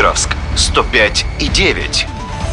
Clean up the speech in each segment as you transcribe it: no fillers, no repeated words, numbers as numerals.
Кировск 105,9.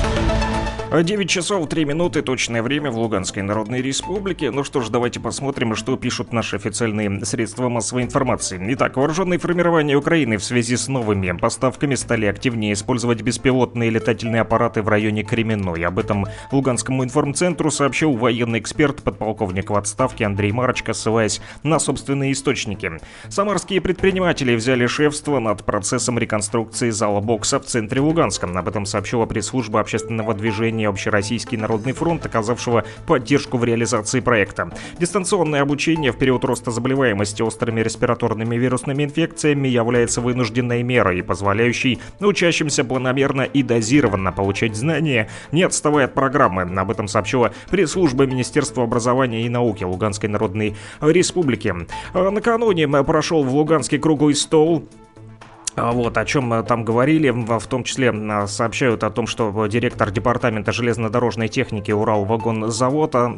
9 часов 3 минуты, точное время в Луганской Народной Республике. Ну что ж, давайте посмотрим, что пишут наши официальные средства массовой информации. Итак, вооруженные формирования Украины в связи с новыми поставками стали активнее использовать беспилотные летательные аппараты в районе Кременной. Об этом Луганскому информцентру сообщил военный эксперт, подполковник в отставке Андрей Марочка, ссылаясь на собственные источники. Самарские предприниматели взяли шефство над процессом реконструкции зала бокса в центре Луганска. Об этом сообщила пресс-служба общественного движения «Общероссийский народный фронт», оказавшего поддержку в реализации проекта. Дистанционное обучение в период роста заболеваемости острыми респираторными вирусными инфекциями является вынужденной мерой, позволяющей учащимся планомерно и дозированно получать знания, не отставая от программы. Об этом сообщила пресс-служба Министерства образования и науки Луганской Народной Республики. Накануне прошел в Луганске круглый стол. Вот, о чем там говорили, в том числе сообщают о том, что директор департамента железнодорожной техники Уралвагонзавода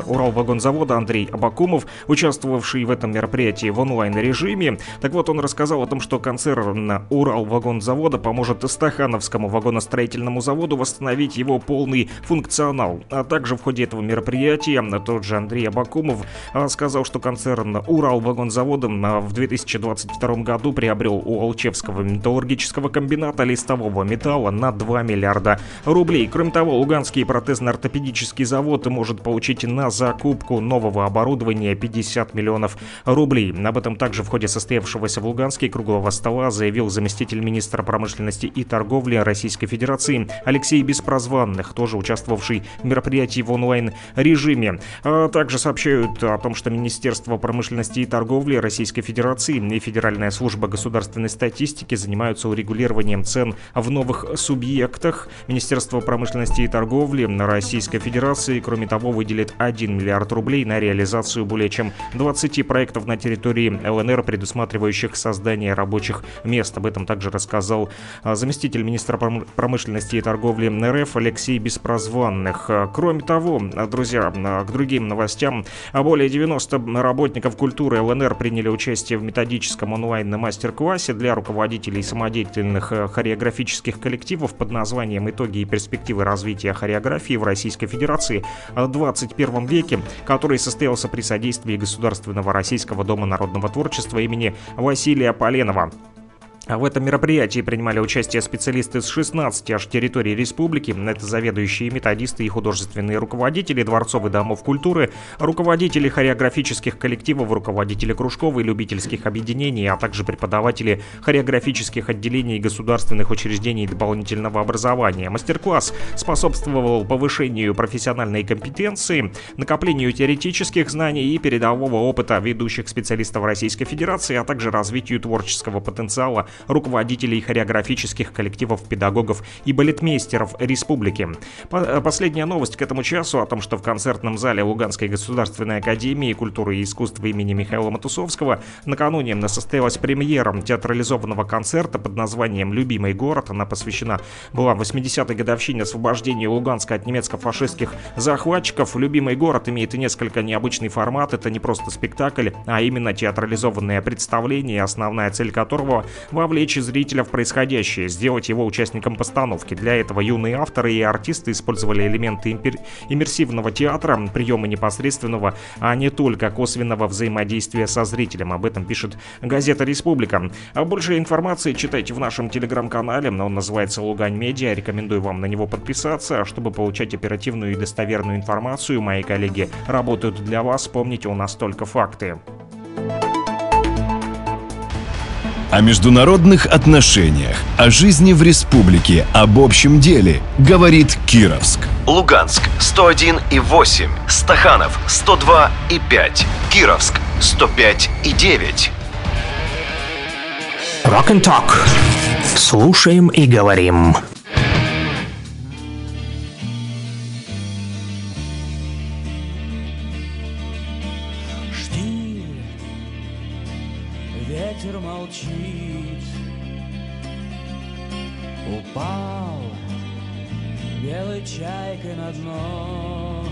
Андрей Абакумов, участвовавший в этом мероприятии в онлайн-режиме, так вот, он рассказал о том, что концерн Уралвагонзавода поможет Стахановскому вагоностроительному заводу восстановить его полный функционал. А также в ходе этого мероприятия тот же Андрей Абакумов сказал, что концерн Уралвагонзавода в 2022 году приобрел у Алчевского металлургического комбината листового металла на 2 миллиарда рублей. Кроме того, Луганский протезно-ортопедический завод может получить на закупку нового оборудования 50 миллионов рублей. Об этом также в ходе состоявшегося в Луганске круглого стола заявил заместитель министра промышленности и торговли Российской Федерации Алексей Беспрозванных, тоже участвовавший в мероприятии в онлайн-режиме. Также сообщают о том, что Министерство промышленности и торговли Российской Федерации и Федеральная служба государственной статистики занимаются урегулированием цен в новых субъектах. Министерство промышленности и торговли Российской Федерации, кроме того, выделит 1 миллиард рублей на реализацию более чем 20 проектов на территории ЛНР, предусматривающих создание рабочих мест. Об этом также рассказал заместитель министра промышленности и торговли РФ Алексей Беспрозванных. Кроме того, друзья, к другим новостям, более 90 работников культуры ЛНР приняли участие в методическом онлайн-мастер-классе для руководителей самодеятельных хореографических коллективов под названием «Итоги и перспективы развития хореографии в Российской Федерации в 21 веке», который состоялся при содействии Государственного Российского дома народного творчества имени Василия Поленова. В этом мероприятии принимали участие специалисты с 16 аж территорий республики. Это заведующие, методисты и художественные руководители дворцов и домов культуры, руководители хореографических коллективов, руководители кружков и любительских объединений, а также преподаватели хореографических отделений государственных учреждений дополнительного образования. Мастер-класс способствовал повышению профессиональной компетенции, накоплению теоретических знаний и передового опыта ведущих специалистов Российской Федерации, а также развитию творческого потенциала руководителей хореографических коллективов, педагогов и балетмейстеров республики. Последняя новость к этому часу о том, что в концертном зале Луганской государственной академии культуры и искусства имени Михаила Матусовского накануне состоялась премьера театрализованного концерта под названием «Любимый город». Она посвящена была 80-й годовщине освобождения Луганска от немецко-фашистских захватчиков. «Любимый город» имеет несколько необычный формат. Это не просто спектакль, а именно театрализованное представление, основная цель которого — вовлечь зрителя в происходящее, сделать его участником постановки. Для этого юные авторы и артисты использовали элементы иммерсивного театра, приемы непосредственного, а не только косвенного взаимодействия со зрителем. Об этом пишет газета «Республика». А больше информации читайте в нашем телеграм-канале. Он называется «Лугань Медиа». Рекомендую вам на него подписаться, чтобы получать оперативную и достоверную информацию. Мои коллеги работают для вас. Помните, у нас только факты. О международных отношениях, о жизни в республике, об общем деле говорит Кировск. Луганск 101,8, Стаханов 102,5, Кировск 105,9. Rock and Talk. Слушаем и говорим. Ветер молчит, упал белой чайкой на дно.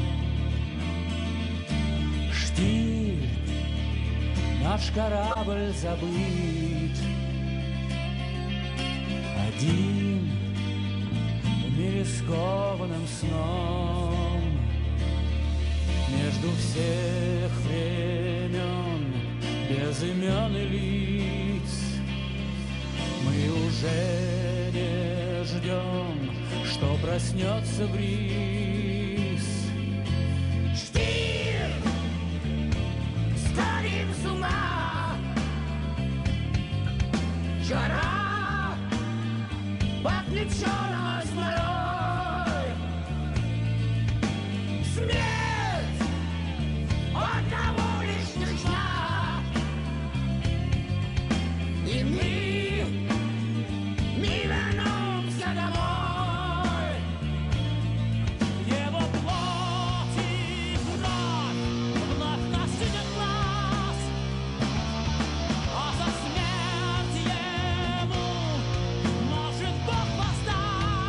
Штиль, наш корабль забыт, один бессонным сном. Между всех времен, без имен и лиц, мы уже не ждем, что проснется бриз. Штиль, сходим с ума, жара подключена смолой, смерть одного лишь дня, и мы вернемся домой. Его плоть и вновь насытят нас, а за смерть ему, может, Бог воздаст.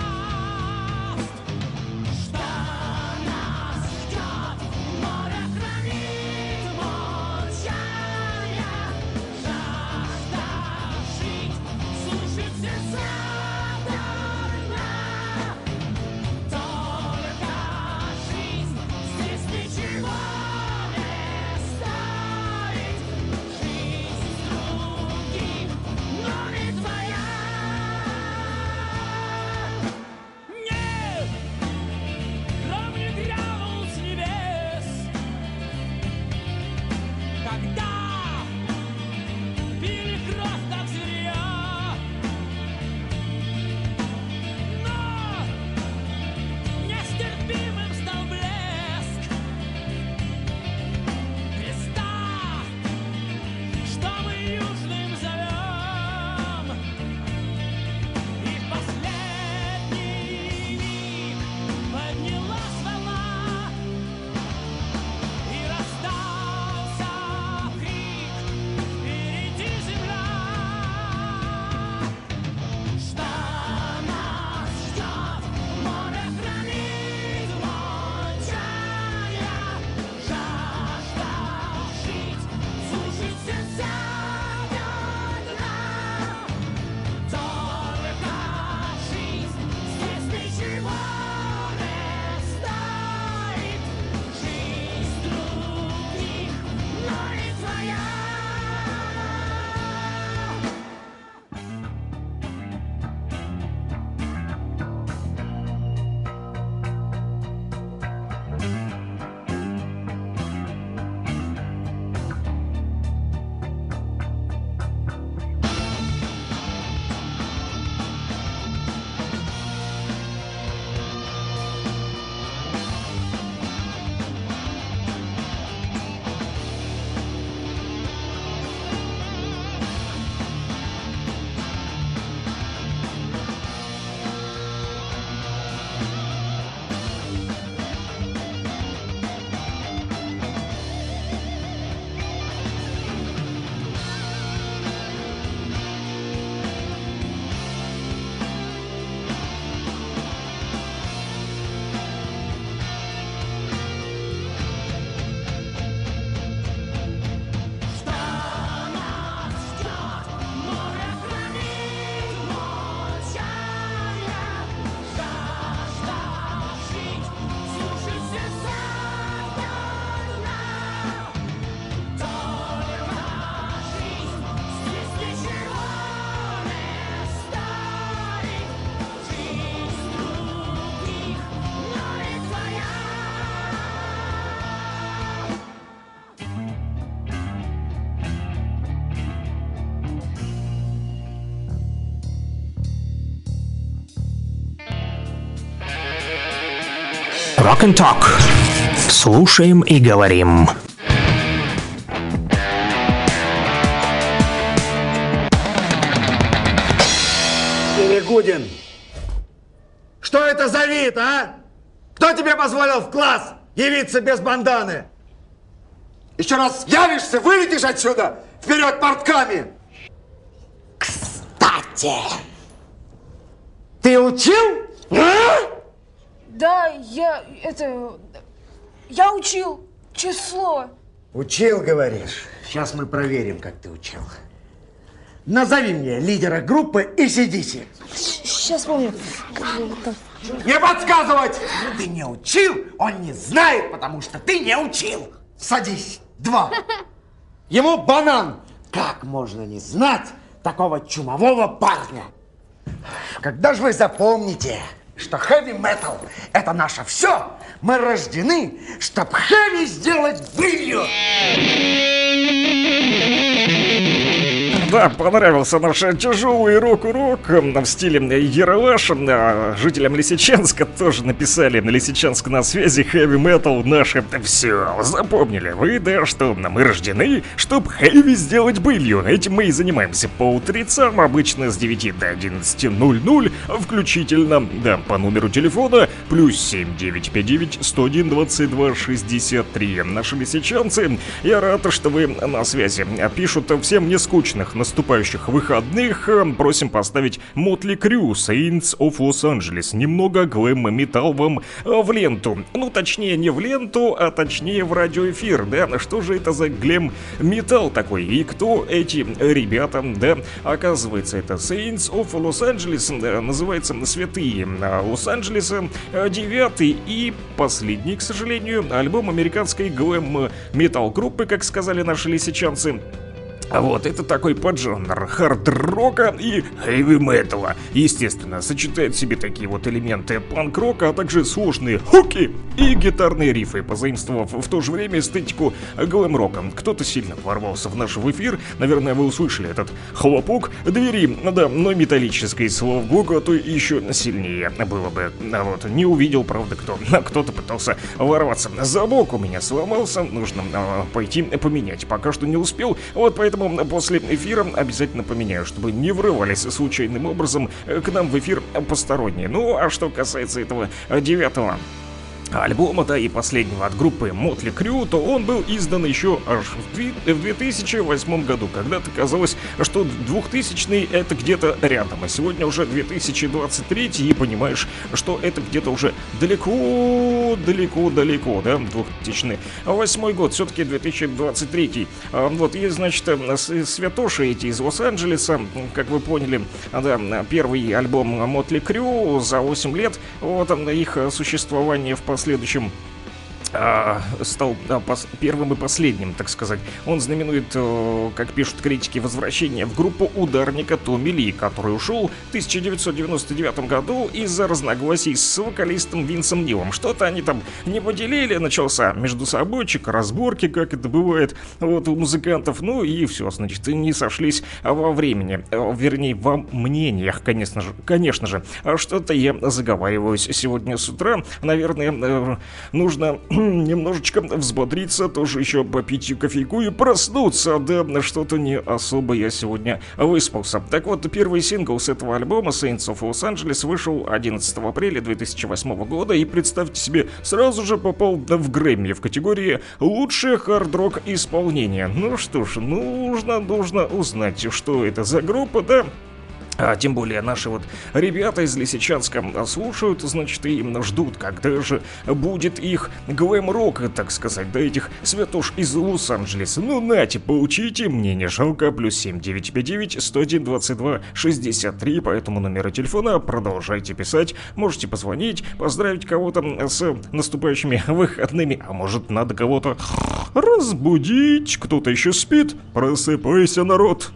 Что нас ждет? Море хранит молчание, жажда жить, слушать сердца до дна. Только жизнь здесь ничего не стоит, жизнь других, но не твоя. Нет, гром не грянул с небес, когда пили кровь так зверя. Но нестерпимым стал блеск креста, что мы южным зовем. И в последний миг поднялась волна, и раздался крик: впереди земля! Что нас ждет? Море хранит молчание, жажда жить, слушать сердца до дна. Только жизнь здесь ничего не стоит, жизнь других, но не твоя. Что нас ждет? Море хранит молчание, жажда жить, слушать сердца до дна. Только жизнь здесь ничего не стоит, жизнь других, но не твоя. Rock and Talk. Слушаем и говорим. Перегудин, что это за вид, а? Кто тебе позволил в класс явиться без банданы? Еще раз явишься, вылетишь отсюда, вперед портками! Кстати, ты учил? А? Да, я учил число. Учил, говоришь? Сейчас мы проверим, как ты учил. Назови мне лидера группы AC/DC. Сейчас помню. Как же его там? Не подсказывать! Ты не учил, он не знает, потому что ты не учил. Садись. 2. Ему банан. Как можно не знать такого чумового парня? Когда же вы запомните, что хэви-метал – это наше все, мы рождены, чтоб хэви сделать былью. Да, понравился наш тяжелый рок-урок в стиле Ералаш. Жителям Лисичанска тоже написали: Лисичанск на связи, хэви-метал наше все. Запомнили вы, да, что мы рождены, чтоб хэви сделать былью. Этим мы и занимаемся по утрецам, обычно с 9 до 11:00 включительно. Да, по номеру телефона +7 959 101 22 63. Наши лисичанцы, я рад, что вы на связи. Пишут: всем не скучных наступающих выходных просим поставить Motley Crue, Saints of Los Angeles. Немного глэм-металл вам в ленту. Ну, точнее, не в ленту, а точнее в радиоэфир, да? Что же это за глэм-металл такой? И кто эти ребята, да? Оказывается, это Saints of Los Angeles, да, называется «Святые Лос-Анджелеса», 9-й и последний, к сожалению, альбом американской глэм-металл группы, как сказали наши лисичанцы. Вот, это такой поджанр хард-рока и хэви-металла. Естественно, сочетает в себе такие вот элементы панк-рока, а также сложные хуки и гитарные рифы, позаимствовав в то же время эстетику глэм-рока. Кто-то сильно ворвался в наш эфир, наверное, вы услышали этот хлопок двери, да, но металлический славбук, а то еще сильнее было бы. Вот, не увидел, правда, кто-то пытался ворваться. Замок у меня сломался, нужно пойти поменять, пока что не успел, вот поэтому после эфира обязательно поменяю, чтобы не врывались случайным образом к нам в эфир посторонние. Ну, а что касается этого 9-го альбома, да, и последнего от группы Motley Crue, то он был издан еще аж в 2008 году. Когда-то казалось, что 2000-й это где-то рядом, а сегодня уже 2023 и понимаешь, что это где-то уже далеко, да, 2008 год, все-таки 2023. Вот, и, значит, святоши эти из Лос-Анджелеса, как вы поняли, да, первый альбом Motley Crue за 8 лет, вот, их существование в последующем стал первым и последним, так сказать. Он знаменует, как пишут критики, возвращение в группу ударника Томми Ли, который ушел в 1999 году из-за разногласий с вокалистом Винсом Нилом. Что-то они там не поделили, начался между собойчик, разборки, как это бывает вот у музыкантов, ну и все, значит, не сошлись во времени, вернее, во мнениях, конечно же. Что-то я заговариваюсь сегодня с утра, наверное, нужно немножечко взбодриться, тоже еще попить кофейку и проснуться. Да, что-то не особо я сегодня выспался. Так вот, первый сингл с этого альбома Saints of Los Angeles вышел 11 апреля 2008 года и, представьте себе, сразу же попал в Грэмми в категории «Лучшее хард-рок исполнение». Ну что ж, нужно узнать, что это за группа, да? А тем более наши вот ребята из Лисичанска слушают, значит, и ждут, когда же будет их глэм-рок, так сказать, да, этих святош из Лос-Анджелеса. Ну, нате, получите, мне не жалко, +7 959 101 22 63, по этому номеру телефона продолжайте писать, можете позвонить, поздравить кого-то с наступающими выходными, а может, надо кого-то разбудить, кто-то еще спит, просыпайся, народ.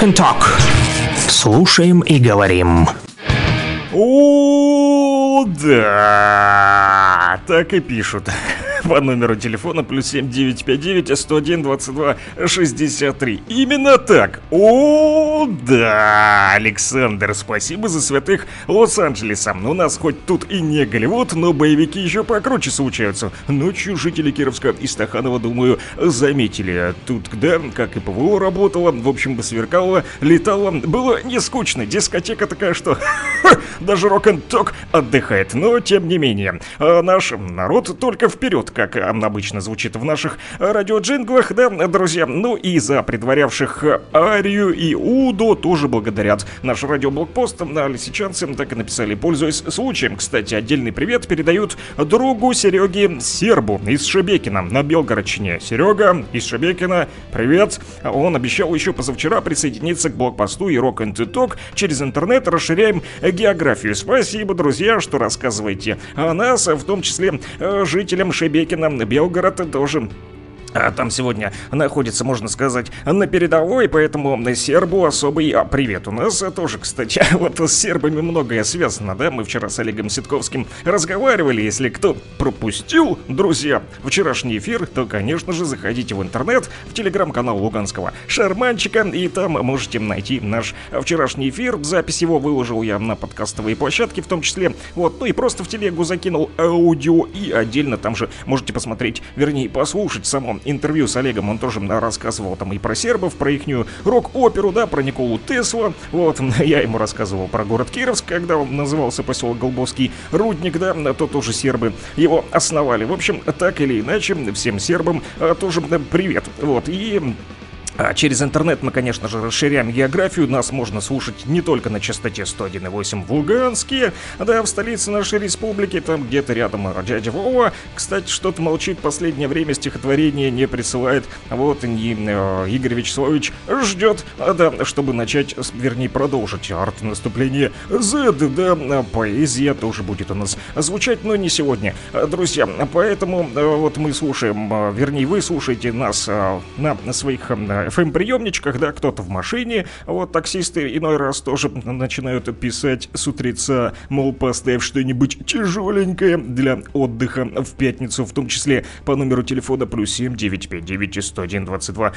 Rock and Talk. Слушаем и говорим. О, да, так и пишут. По номеру телефона +7 959 101 22 63. Именно так. О, да, Александр, спасибо за святых Лос-Анджелеса. У нас хоть тут и не Голливуд, но боевики еще покруче случаются. Ночью жители Кировска и Стаханова, думаю, заметили. Тут, да, как и ПВО работало, в общем, сверкало, летало. Было не скучно, дискотека такая, что даже рок-н-ток отдыхает. Но, тем не менее, наш народ только вперед, как обычно звучит в наших радиоджинглах, да, друзья. Ну и за предварявших Арию и Удо тоже благодарят наш радиоблокпост. Лисичанцы так и написали, пользуясь случаем. Кстати, отдельный привет передают другу Сереге Сербу из Шебекина на Белгородчине. Серега из Шебекина, привет. Он обещал еще позавчера присоединиться к блокпосту и Rock&Talk через интернет. Расширяем географию. Спасибо, друзья, что рассказываете о нас, в том числе жителям Шебекина. Белгород тоже там сегодня находится, можно сказать, на передовой, поэтому сербу особый привет. У нас тоже, кстати, вот с сербами многое связано, да? Мы вчера с Олегом Ситковским разговаривали. Если кто пропустил, друзья, вчерашний эфир, то, конечно же, заходите в интернет, в телеграм-канал Луганского Шарманчика, и там можете найти наш вчерашний эфир. Запись его выложил я на подкастовые площадки в том числе. Вот, ну и просто в телегу закинул аудио, и отдельно там же можете посмотреть, вернее, послушать само интервью с Олегом. Он тоже рассказывал там и про сербов, про ихнюю рок-оперу, да, про Николу Тесла. Вот, я ему рассказывал про город Кировск, когда он назывался поселок Голбовский рудник, да, то тоже сербы его основали. В общем, так или иначе, всем сербам тоже привет. Вот, и через интернет мы, конечно же, расширяем географию. Нас можно слушать не только на частоте 101,8 в Луганске, да, в столице нашей республики, там где-то рядом дядя Вова. Кстати, что-то молчит в последнее время, стихотворение не присылает. Вот, и Игорь Вячеславович ждет, да, чтобы начать, вернее, продолжить арт-наступление Z, да, поэзия тоже будет у нас звучать, но не сегодня, друзья. Поэтому вот мы слушаем, вернее, вы слушаете нас на своих FM-приемничках, да, кто-то в машине. Вот таксисты иной раз тоже начинают писать с утреца, мол, поставь что-нибудь тяжеленькое для отдыха в пятницу, в том числе по номеру телефона +7 959 101 22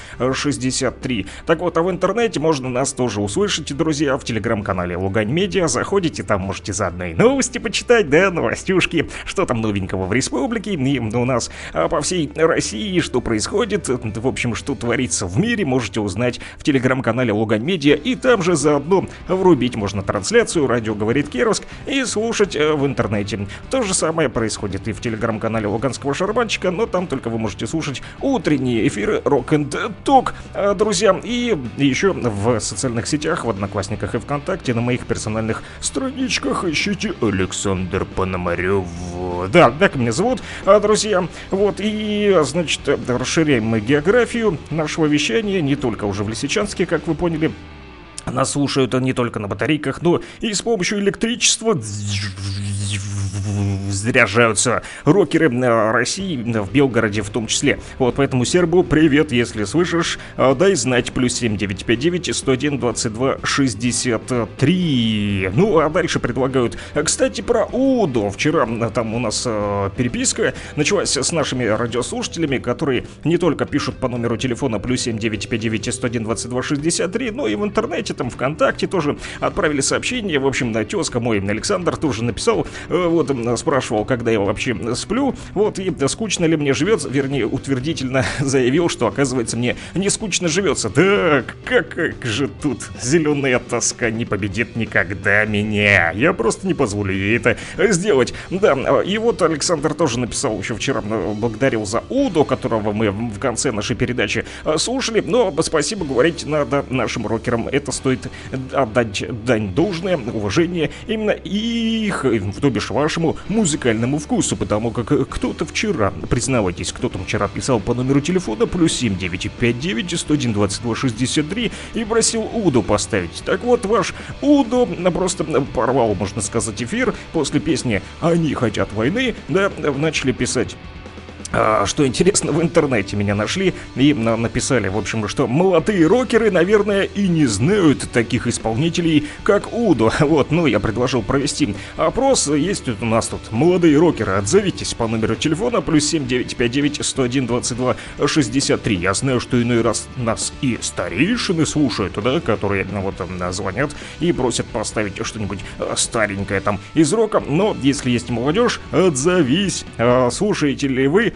63. Так вот, а в интернете можно нас тоже услышать, друзья, в телеграм-канале Лугань Медиа. Заходите, там можете заодно и новости почитать, да, новостюшки, что там новенького в республике и у нас по всей России, что происходит, в общем, что творится в мире, можете узнать в телеграм-канале Лугань Медиа, и там же заодно врубить можно трансляцию «Радио говорит Кировск» и слушать в интернете. То же самое происходит и в телеграм-канале Луганского Шарманчика, но там только вы можете слушать утренние эфиры Rock&Talk, друзья, и еще в социальных сетях, в Одноклассниках и ВКонтакте, на моих персональных страничках ищите Александр Пономарев. Да, так меня зовут, друзья. Вот, и, значит, расширяем мы географию нашего вещания не только уже в Лисичанске, как вы поняли. Нас слушают не только на батарейках, но и с помощью электричества заряжаются рокеры России, в Белгороде в том числе. Вот, поэтому сербу привет, если слышишь, дай знать, +7 959 101 22 63. Ну, а дальше предлагают, кстати, про Удо. Вчера там у нас переписка началась с нашими радиослушателями, которые не только пишут по номеру телефона +7 959 101 22 63, но и в интернете, там, ВКонтакте тоже отправили сообщение. В общем, тезка мой Александр тоже написал, вот, спрашивал, когда я вообще сплю, вот, и скучно ли мне живется, вернее, утвердительно заявил, что, оказывается, мне не скучно живется. Так, как же тут зеленая тоска не победит никогда меня. Я просто не позволю ей это сделать. Да, и вот Александр тоже написал еще вчера, благодарил за Удо, которого мы в конце нашей передачи слушали, но спасибо говорить надо нашим рокерам, это стоит отдать дань должное, уважение именно их, то бишь вашему музыкальному вкусу, потому как кто-то вчера, признавайтесь, кто-то вчера писал по номеру телефона +7 959 101 22 63 и просил Удо поставить. Так вот, ваш Удо просто порвал, можно сказать, эфир после песни «Они хотят войны», да, начали писать Что интересно, в интернете меня нашли и написали, в общем, что молодые рокеры, наверное, и не знают таких исполнителей, как Удо. Вот, ну, я предложил провести опрос. Есть у нас тут молодые рокеры. Отзовитесь по номеру телефона +7 959 101 22 63. Я знаю, что иной раз нас и старейшины слушают, да, которые вот звонят и просят поставить что-нибудь старенькое там из рока. Но если есть молодежь, отзовись. Слушаете ли вы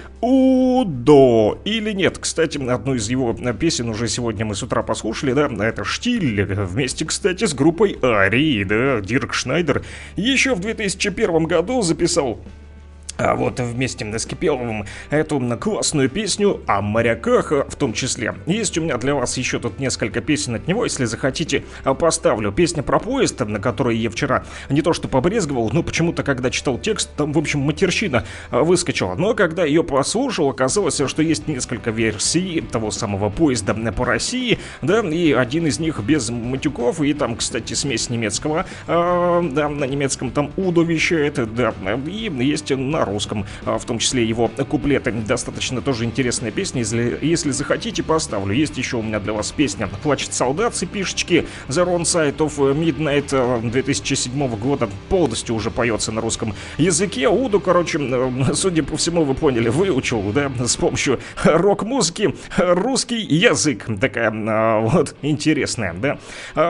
Удо или нет? Кстати, одну из его песен уже сегодня мы с утра послушали, да, это «Штиль», вместе, кстати, с группой Арии, да, Дирк Шнайдер еще в 2001 году записал вот вместе с Кипеловым эту классную песню о моряках в том числе. Есть у меня для вас еще тут несколько песен от него, если захотите, поставлю. Песня про поезд, на которой я вчера не то что побрезговал, но почему-то, когда читал текст, там, в общем, матерщина выскочила. Но когда ее послушал, оказалось, что есть несколько версий того самого поезда по России, да, и один из них без матюков, и там, кстати, смесь немецкого, да, на немецком там Удо вещает, да, и есть на русском, в том числе его куплеты. Достаточно тоже интересная песня, если захотите, поставлю. Есть еще у меня для вас песня «Плачет солдат», цепишечки, The Wrong Side of Midnight 2007 года, полностью уже поется на русском языке. Уду, короче, судя по всему, вы поняли, выучил, да, с помощью рок-музыки русский язык. Такая вот интересная, да.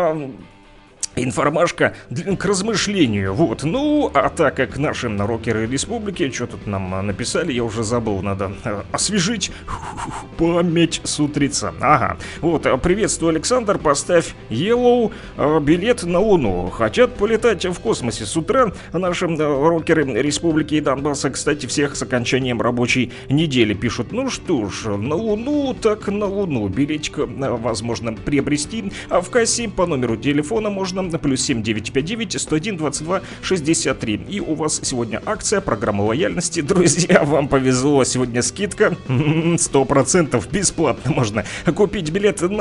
Информашка к размышлению, вот. Ну, а так как наши рокеры республики, что тут нам написали, я уже забыл, надо освежить память с утреца. Ага, вот, приветствую, Александр, поставь Yellow, билет на Луну. Хотят полетать в космосе с утра наши рокеры республики и Донбасса, кстати, всех с окончанием рабочей недели пишут. Ну что ж, на Луну, так на Луну. Билетик возможно приобрести в кассе по номеру телефона можно +7 959 101 22 63. И у вас сегодня акция, программа лояльности. Друзья, вам повезло. Сегодня скидка 100%. Бесплатно можно купить билет на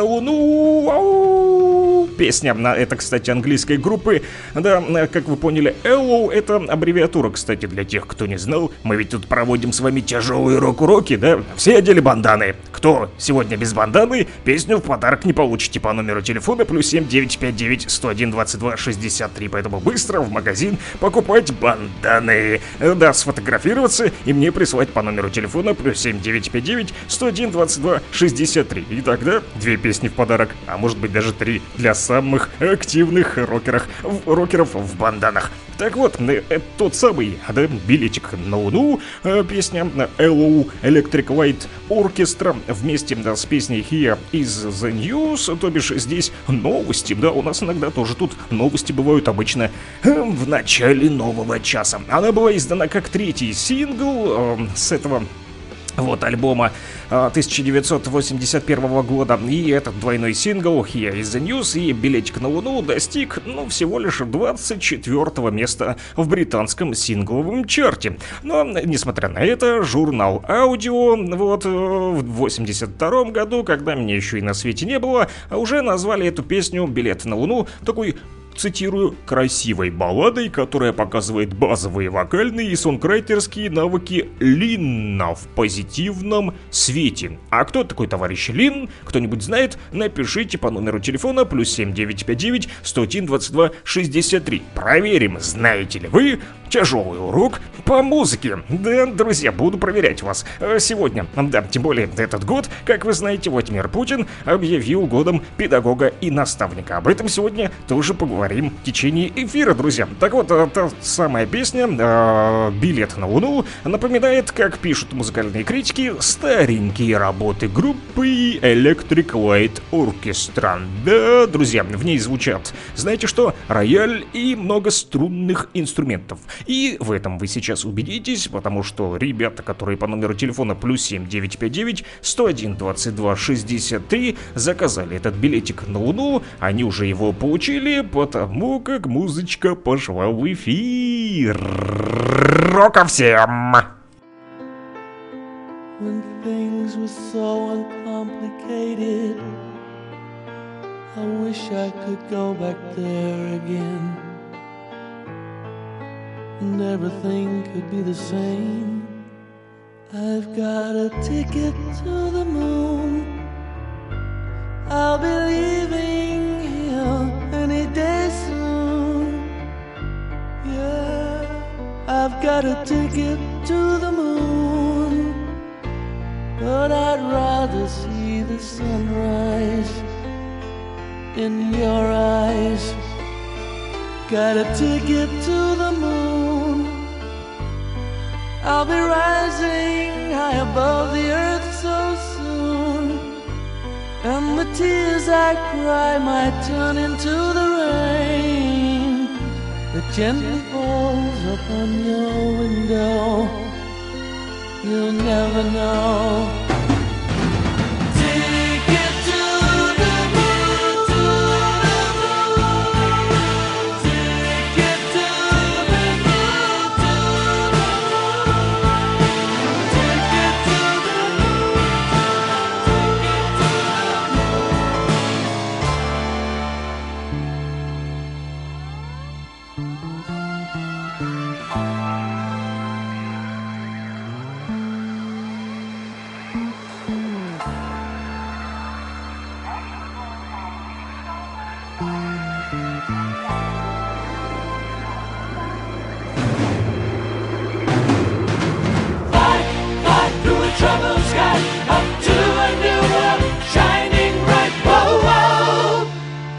Луну. Песня, это, кстати, английской группы. Да, как вы поняли, Hello — это аббревиатура, кстати, для тех, кто не знал. Мы ведь тут проводим с вами тяжелые рок-уроки, да? Все одели банданы. Кто сегодня без банданы, песню в подарок не получите по номеру телефона +7 959 101 22 63. Поэтому быстро в магазин покупать банданы. Да, сфотографироваться и мне прислать по номеру телефона +7 959 101 22 63. И тогда 2 песни в подарок, а может быть даже 3 для самых активных рокеров в банданах. Так вот, тот самый, да, билетик на Луну, песня Hello Electric Light Orchestra вместе, да, с песней Here is the News, то бишь здесь новости, да, у нас иногда тоже тут новости бывают обычно в начале нового часа. Она была издана как 3-й сингл с этого вот альбома 1981 года. И этот двойной сингл Here is the News и билетик на Луну достиг, ну, всего лишь 24 места в британском сингловом чарте. Но, несмотря на это, журнал Аудио вот в 82 году, когда меня еще и на свете не было, уже назвали эту песню «Билет на Луну» такой, цитирую, красивой балладой, которая показывает базовые вокальные и сонкрайтерские навыки Линна в позитивном свете. А кто такой товарищ Лин? Кто-нибудь знает? Напишите по номеру телефона +7 959 101 22 63. Проверим, знаете ли вы тяжелый урок по музыке. Да, друзья, буду проверять вас сегодня. Да, тем более этот год, как вы знаете, Владимир Путин объявил годом педагога и наставника. Об этом сегодня тоже поговорим в течение эфира, друзья. Так вот, та самая песня «Билет на Луну» напоминает, как пишут музыкальные критики, старенькие работы группы Electric Light Orchestra. Да, друзья, в ней звучат, знаете что, рояль и много струнных инструментов. И в этом вы сейчас убедитесь, потому что ребята, которые по номеру телефона +7 959 101 22 63 заказали этот билетик на Луну, они уже его получили, потому как музычка пошла в эфир. Рока всем! When things were so uncomplicated, I wish I could go back there again, and everything could be the same I've got a ticket to the moon. I'll be leaving here any day soon. Yeah, I've got a ticket to the moon, but I'd rather see the sunrise in your eyes. Got a ticket to the moon. I'll be rising high above the earth so soon, and the tears I cry might turn into the rain that gently falls upon your window. You'll never know. Ticket to the moon, to the moon. Ticket to the moon, to the moon. Ticket to the moon, ticket to the fly through a troubled sky, up to a new world, shining bright. Whoa, whoa.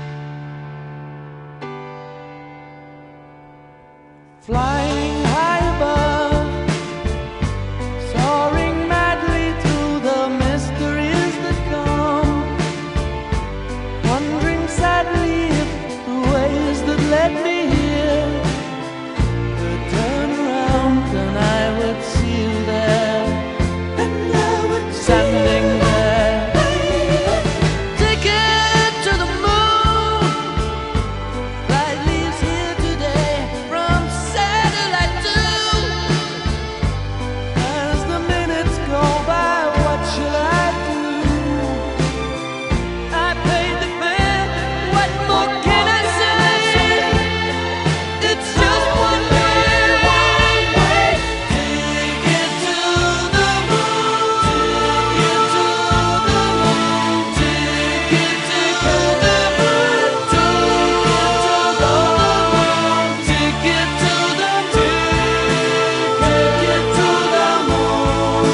Flying high above, soaring madly through the mysteries that come, wondering sadly if the ways that led me here could turn around and I would see you there, and I would standing there. Ticket to the moon, flight leaves here today from satellite 2. As the minutes go by, what shall I do? I paid the fare, what more can I say? It's just one way. Ticket to the moon, ticket to the moon, ticket to the moon, ticket to the moon, ticket to the moon.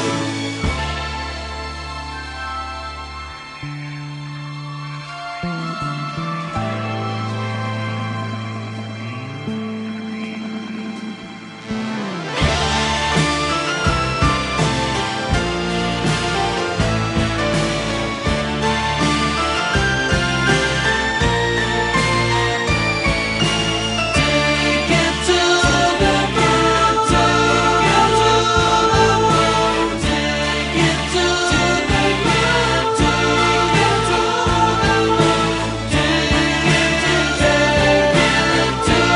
Ticket to the moon, ticket to the moon, ticket to the moon, ticket to the moon, ticket to the moon, ticket to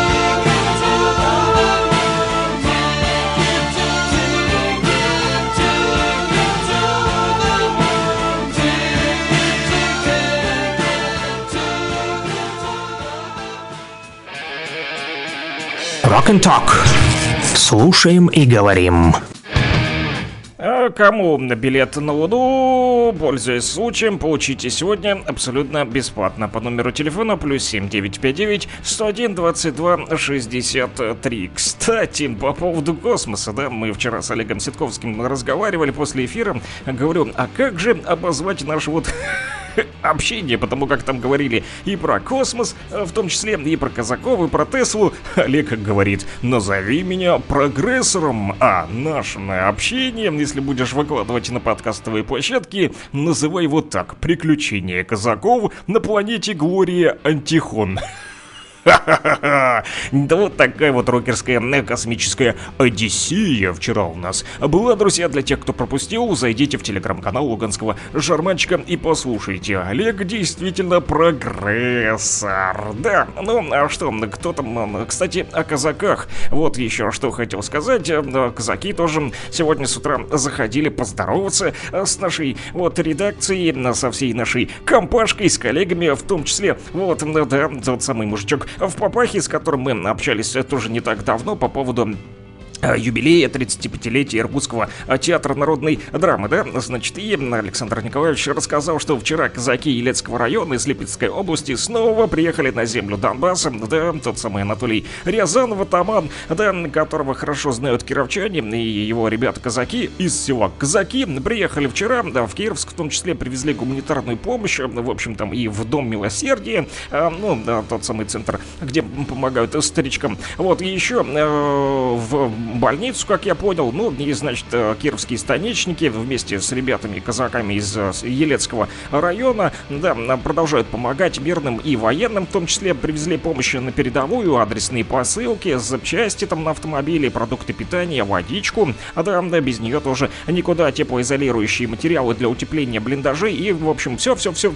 Rock and Talk. Слушаем и говорим. А кому билет на Луну, пользуясь случаем, получите сегодня абсолютно бесплатно по номеру телефона +7 959 101 22 63. Кстати, по поводу космоса, да, мы вчера с Олегом Ситковским разговаривали после эфира. Говорю, а как же обозвать наш вот общение, потому как там говорили и про космос, в том числе и про казаков, и про Теслу. Олег говорит, назови меня прогрессором, а наше общение, если будешь выкладывать на подкастовые площадки, называй вот так: приключения казаков на планете Глория Антихон. Ха-ха-ха! Да вот такая вот рокерская космическая одиссея вчера у нас была, друзья. Для тех, кто пропустил, зайдите в телеграм-канал Луганского Жарманчика и послушайте. Олег действительно прогрессор. Да, ну а что, кто там, кстати, о казаках. Вот еще что хотел сказать. Казаки тоже сегодня с утра заходили поздороваться с нашей вот редакцией, со всей нашей компашкой, с коллегами, в том числе, вот, да, тот самый мужичок в папахе, с которым мы общались тоже не так давно по поводу юбилея 35-летия Иркутского театра народной драмы, да? Значит, и Александр Николаевич рассказал, что вчера казаки Елецкого района из Липецкой области снова приехали на землю Донбасса, да, тот самый Анатолий Рязанов, атаман, да, которого хорошо знают кировчане, и его ребята-казаки из села Казаки приехали вчера, да, в Кировск, в том числе привезли гуманитарную помощь, в общем, там и в Дом Милосердия, ну, да, тот самый центр, где помогают старичкам, вот, и еще в больницу, как я понял, ну, и, значит, кировские станичники вместе с ребятами-казаками из Елецкого района, да, продолжают помогать мирным и военным, в том числе привезли помощь на передовую, адресные посылки, запчасти там на автомобиле, продукты питания, водичку, да, без нее тоже никуда, теплоизолирующие материалы для утепления блиндажей и, в общем, все,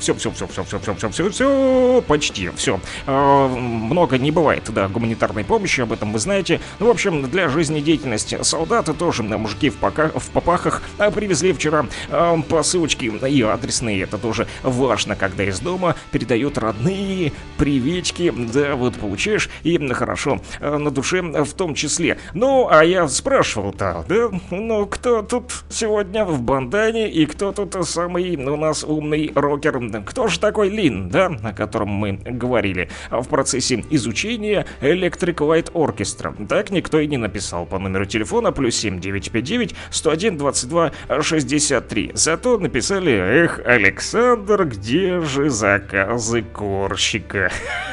почти все. Много не бывает, да, гуманитарной помощи, об этом вы знаете. Ну, в общем, для жизнедеятельности солдаты тоже, мужики в попахах, привезли вчера посылочки и адресные. Это тоже важно, когда из дома передают родные приветики, да, вот получаешь, и хорошо на душе в том числе. Ну, а я спрашивал-то, да, ну, кто тут сегодня в бандане и кто тут самый у нас умный рокер? Кто же такой Лин, да, о котором мы говорили в процессе изучения Electric Light Orchestra? Так никто и не написал по номеру телефона +7 959 101 22 63. Зато написали: эх, Александр, где же заказы Корщика?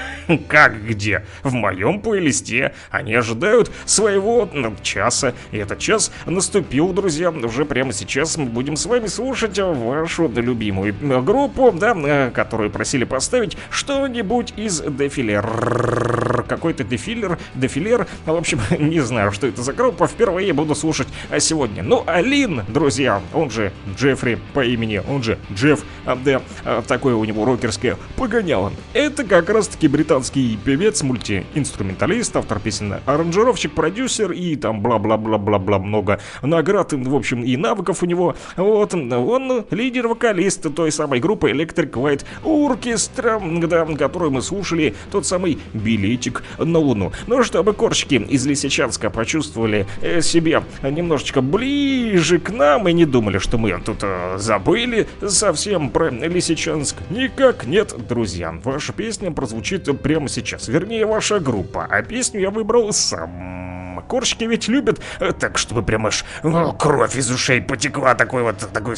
Как где? В моем плейлисте они ожидают своего часа. И этот час наступил, друзья. Уже прямо сейчас мы будем с вами слушать вашу любимую группу, да, которую просили поставить что-нибудь из Дефилер. Какой-то Дефилер. В общем, не знаю, что это за группа. Впервые буду слушать сегодня. Ну, Алин, друзья, он же Джеффри по имени, он же Джефф, да, такое у него рокерское погоняло. Это как раз-таки британский певец, мультиинструменталист, автор песен, аранжировщик, продюсер и там бла-бла-бла-бла-бла, много наград, в общем, и навыков у него. Вот, он лидер-вокалист той самой группы Electric Light Orchestra, да, которую мы слушали, тот самый «Билетик на Луну». Ну, чтобы корщики из Лисичанска почувствовали себя немножечко ближе к нам и не думали, что мы тут забыли совсем про Лисичанск. Никак нет, друзья. Ваша песня прозвучит прямо сейчас. Вернее, ваша группа. А песню я выбрал сам. Корщики ведь любят так, чтобы прям аж кровь из ушей потекла. Такой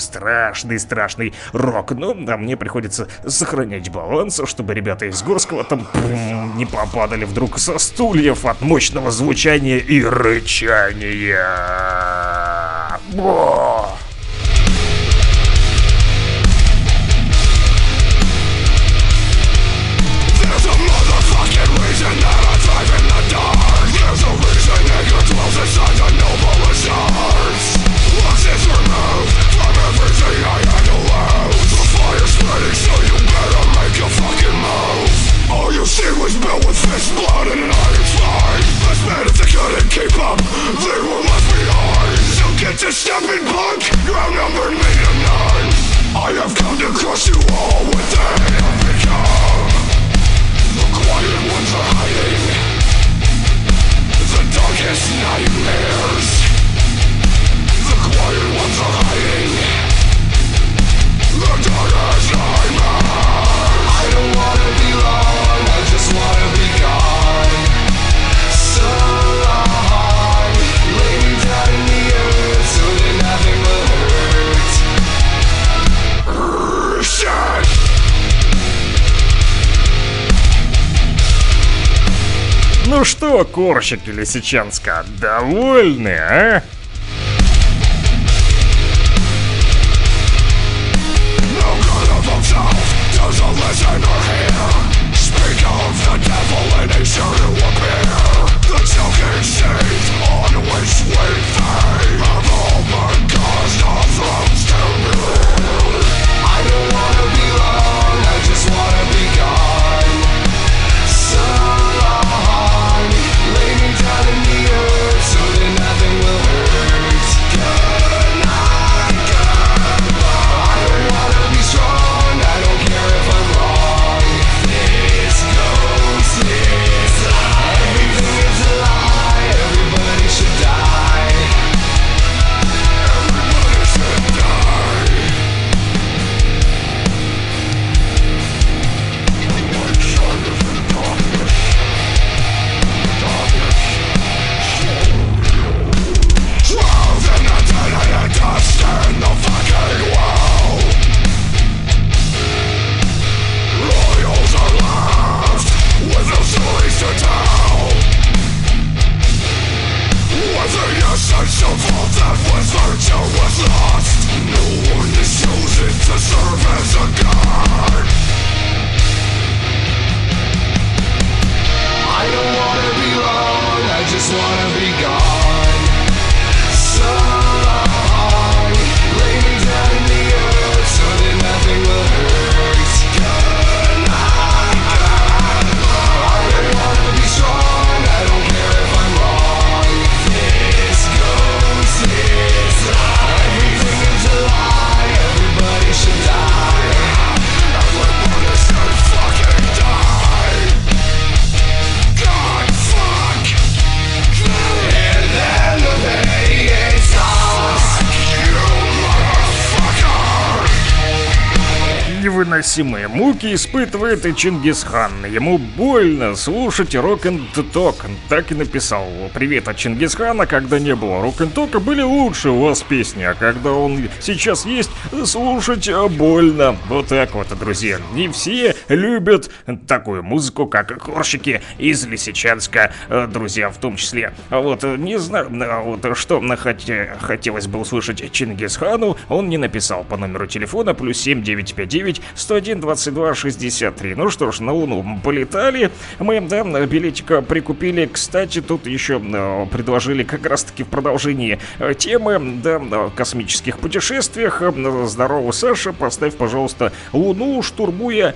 страшный рок. Но да, мне приходится сохранять баланс, чтобы ребята из Горского там не попадали вдруг со стульев от мощного звучания и рычания. Бо! Stepping punk, outnumbered me to none. I have come to crush you all within. I've become the quiet ones are hiding. The darkest nightmares. The quiet ones are hiding. The darkest nightmares. I don't wanna be long, I just wanna be gone. So long, lay me down in the earth so that nothing will hurt. Shit. Ну что, корщики Лисичанска, довольны, а? Everybody should die. Virtue was lost. No one is chosen to serve as a god. I don't wanna be wrong, I just wanna be gone. So lay me down in the earth so that nothing will hurt. Good night, God. I don't wanna be strong, I don't care if I'm wrong. This goes, this life. Everything is a lie, everybody should die. Everybody should fucking die. God, fuck. And then the pain stops. You motherfucker. Невыносимые муки испытывает и Чингисхан. Ему больно слушать рок-н-ток. Так и написал. Привет от Чингисхана. Когда не было рок-н-тока, были лучше у вас песни. А когда он сейчас есть, слушать больно. Вот так вот, друзья. Не все любят такую музыку, как корщики из Лисичанска, друзья, в том числе. А вот не знаю, вот что хотелось бы услышать Чингисхану, он не написал по номеру телефона +7 959 101 22 63. Ну что ж, на Луну полетали. Мы, да, билетика прикупили. Кстати, тут еще предложили как раз-таки в продолжении темы, да, о космических путешествиях. Здорово, Саша, поставь, пожалуйста, Луну, штурмуя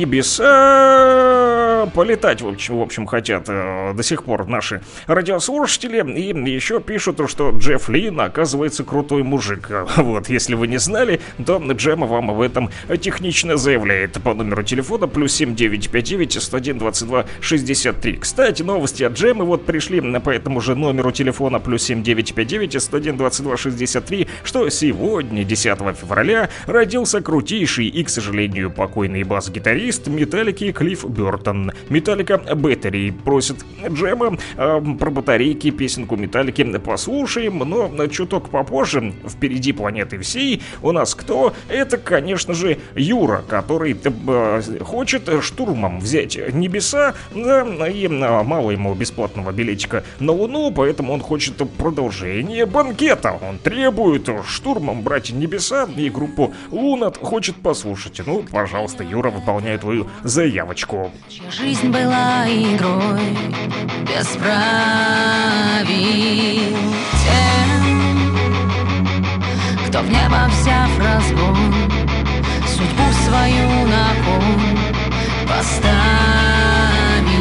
небеса. Полетать, в общем, хотят до сих пор наши радиослушатели. И еще пишут, что Джефф Лин, оказывается, крутой мужик. Вот, если вы не знали, то Джема вам об этом технично заявляет по номеру телефона +7 959 101 22 63. Кстати, новости от Джемы вот пришли по этому же номеру телефона +7 959 101 22 63, что сегодня, 10 февраля, родился крутейший и, к сожалению, покойный бас-гитарист Металлики Клифф Бёртон. Металлика Бэттери просит Джема про батарейки, песенку Металлики послушаем, но чуток попозже. Впереди планеты всей у нас кто? Это, конечно же, Юра, который хочет штурмом взять небеса, да, и мало ему бесплатного билетика на Луну, поэтому он хочет продолжения банкета. Он требует штурмом брать небеса, и группу Лунат хочет послушать. Ну, пожалуйста, Юра, выполняй твою заявочку. Жизнь была игрой без правил. Тем, кто в небо взяв разгон, судьбу свою на кон поставил.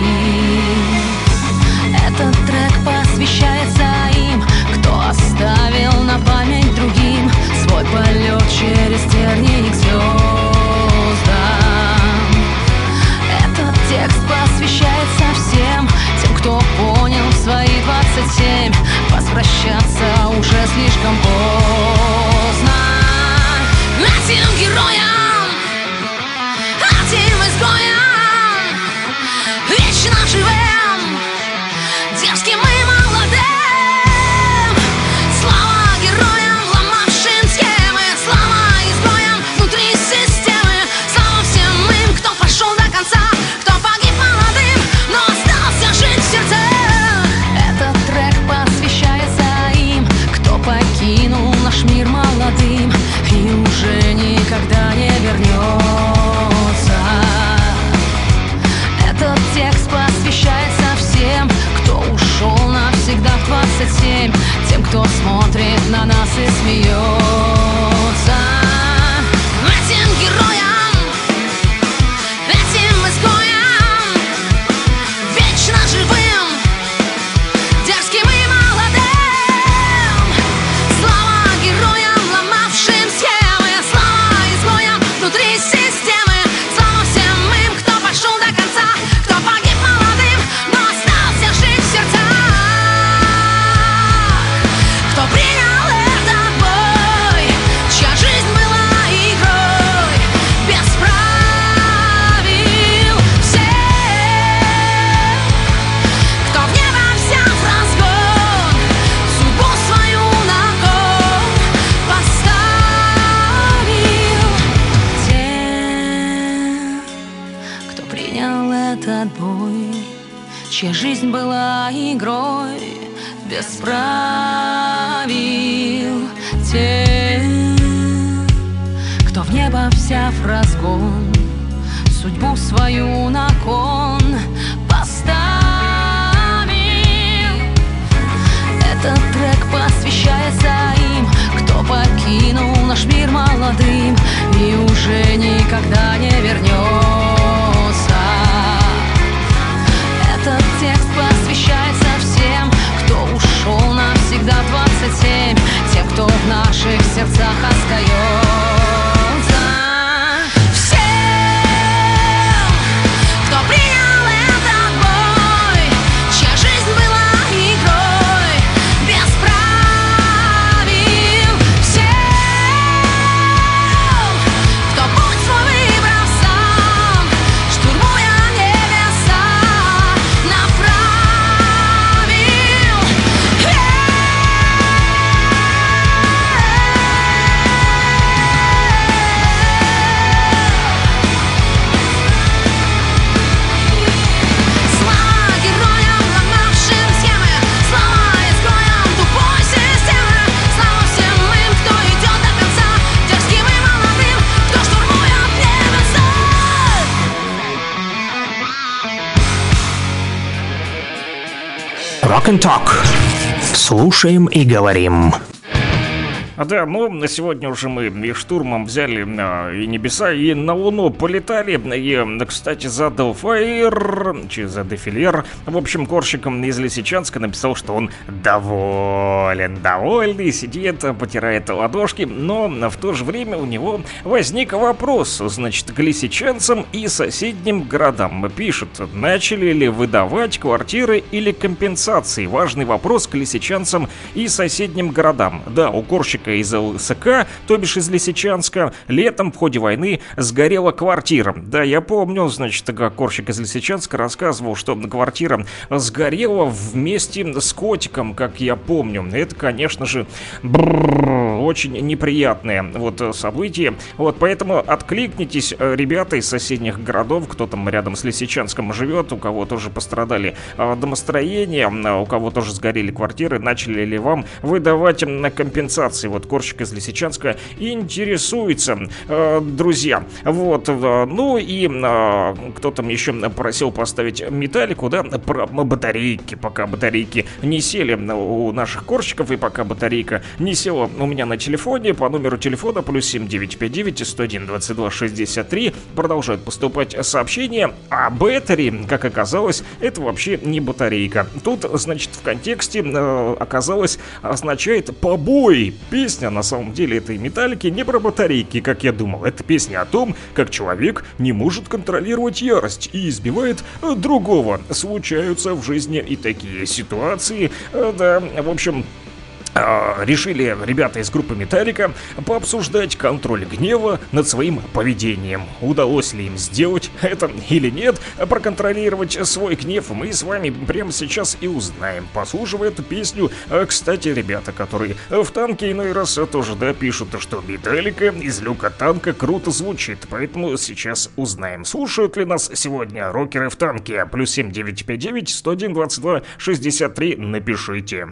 Этот трек посвящается им, кто оставил на память другим свой полет через тернии к звездам. Этот текст посвящается всем тем, кто понял в свои 27 возвращаться уже слишком поздно. Этим героям, этим изгоям вечно живем, дерзким и молодым. Слава героям, ломавшим схемы, слава изгоям внутри системы, слава всем им, кто пошел до конца, кто погиб молодым, но остался жить в сердце. Этот трек посвящается им, кто покинул наш мир молодым и уже никогда не вернется. Этот текст посвящается всем, кто ушел навсегда в 27, тем, кто смотрит на нас и смеется. Этим героям, этим изгоям вечно живым, дерзким и молодым. Слава героям, ломавшим схемы, слава изгоям внутри системы, слава всем им, кто пошел до конца, кто погиб молодым, но остался жить в сердцах, кто принял этот бой, чья жизнь была игрой без правил. Всех, кто в небо взяв разгон, судьбу свою на кон поставил. Тем, кто принял этот бой, чья жизнь была игрой без правил. небо вся в разгон, судьбу свою на кон поставил. Этот трек посвящается им, кто покинул наш мир молодым и уже никогда не вернется. Этот текст посвящается всем, кто ушел навсегда в 27, тем, кто в наших сердцах остается. Всем, кто принял этот бой, чья жизнь была игрой без правил. Всем, кто путь свой выбрал сам, штурмуя небеса, направил. Слава героям, ломавшим схемы, слава изгоям тупой системы, слава всем им, кто идет до конца, дерзким и молодым, кто штурмует небеса. Rock and Talk. Слушаем и говорим. Да, ну, сегодня уже мы и штурмом взяли и небеса, и на Луну полетали. И, кстати, Задефилер, в общем, Корщиком из Лисичанска написал, что он довольный, сидит, потирает ладошки. Но в то же время у него возник вопрос, значит, к лисичанцам и соседним городам. Пишет, начали ли выдавать квартиры или компенсации? Важный вопрос к лисичанцам и соседним городам. Да, у Корщика из ЛСК, то бишь из Лисичанска, летом в ходе войны сгорела квартира. Да, я помню, значит, как Корщик из Лисичанска рассказывал, что квартира сгорела вместе с котиком, как я помню. Это, конечно же, очень неприятное вот событие. Вот, поэтому откликнитесь, ребята из соседних городов, кто там рядом с Лисичанском живет, у кого тоже пострадали домостроения, у кого тоже сгорели квартиры, начали ли вам выдавать компенсации? Вот Корщик из Лисичанска интересуется, друзья. Вот, ну и кто там еще просил поставить металлику, да, про батарейки, пока батарейки не сели у наших Корщиков, и пока батарейка не села у меня на телефоне, по номеру телефона +7 959 101 22 63 продолжают поступать сообщения, а батареи, как оказалось, это вообще не батарейка. Тут, значит, в контексте оказалось, означает побои. Песня, на самом деле, этой металлики не про батарейки, как я думал. Это песня о том, как человек не может контролировать ярость и избивает другого. Случаются в жизни и такие ситуации. Да, в общем... решили ребята из группы Металлика пообсуждать контроль гнева над своим поведением. Удалось ли им сделать это или нет, проконтролировать свой гнев, мы с вами прямо сейчас и узнаем, послушав эту песню. Кстати, ребята, которые в танке иной раз тоже, да, пишут, что Металлика из люка танка круто звучит, поэтому сейчас узнаем, слушают ли нас сегодня рокеры в танке. +7 959 101 22 63 напишите.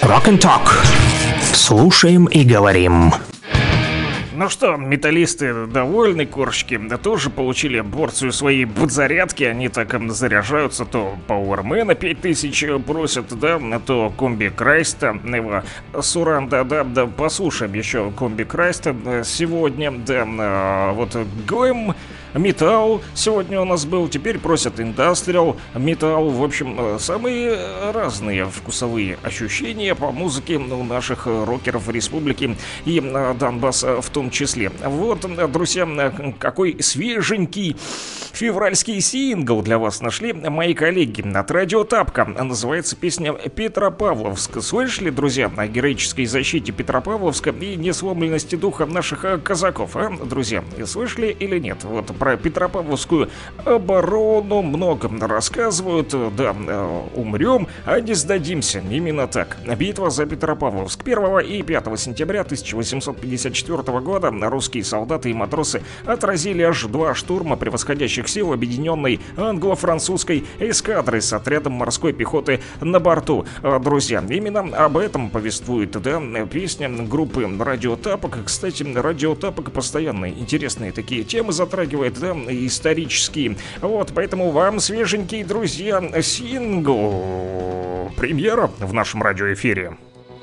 Rock and Talk. Слушаем и говорим. Ну что, металлисты довольны, коршки, да тоже получили порцию своей подзарядки. Они так заряжаются, то Powerman 5000 просят, да, то Комби Крайста, его Суран, да, послушаем еще Комби Крайста сегодня, да, вот Гоем Металл сегодня у нас был, теперь просят Индастриал, Металл, в общем, самые разные вкусовые ощущения по музыке у наших рокеров республики и Донбасса в том числе. Вот, друзья, какой свеженький февральский сингл для вас нашли мои коллеги от Радио Тапка. Называется песня «Петропавловск». Слышали, друзья, о героической защите Петропавловска и несломленности духа наших казаков, а, друзья? Слышали или нет? Вот про Петропавловскую оборону много рассказывают. Да, умрем, а не сдадимся. Именно так. Битва за Петропавловск. 1 и 5 сентября 1854 года русские солдаты и матросы отразили аж 2 штурма превосходящих сил объединенной англо-французской эскадры с отрядом морской пехоты на борту. Друзья, именно об этом повествует, да, песня группы Радио Тапок. Кстати, Радио Тапок постоянно интересные такие темы затрагивает, да, исторические. Вот, поэтому вам свеженький, друзья, сингл. Премьера в нашем радиоэфире.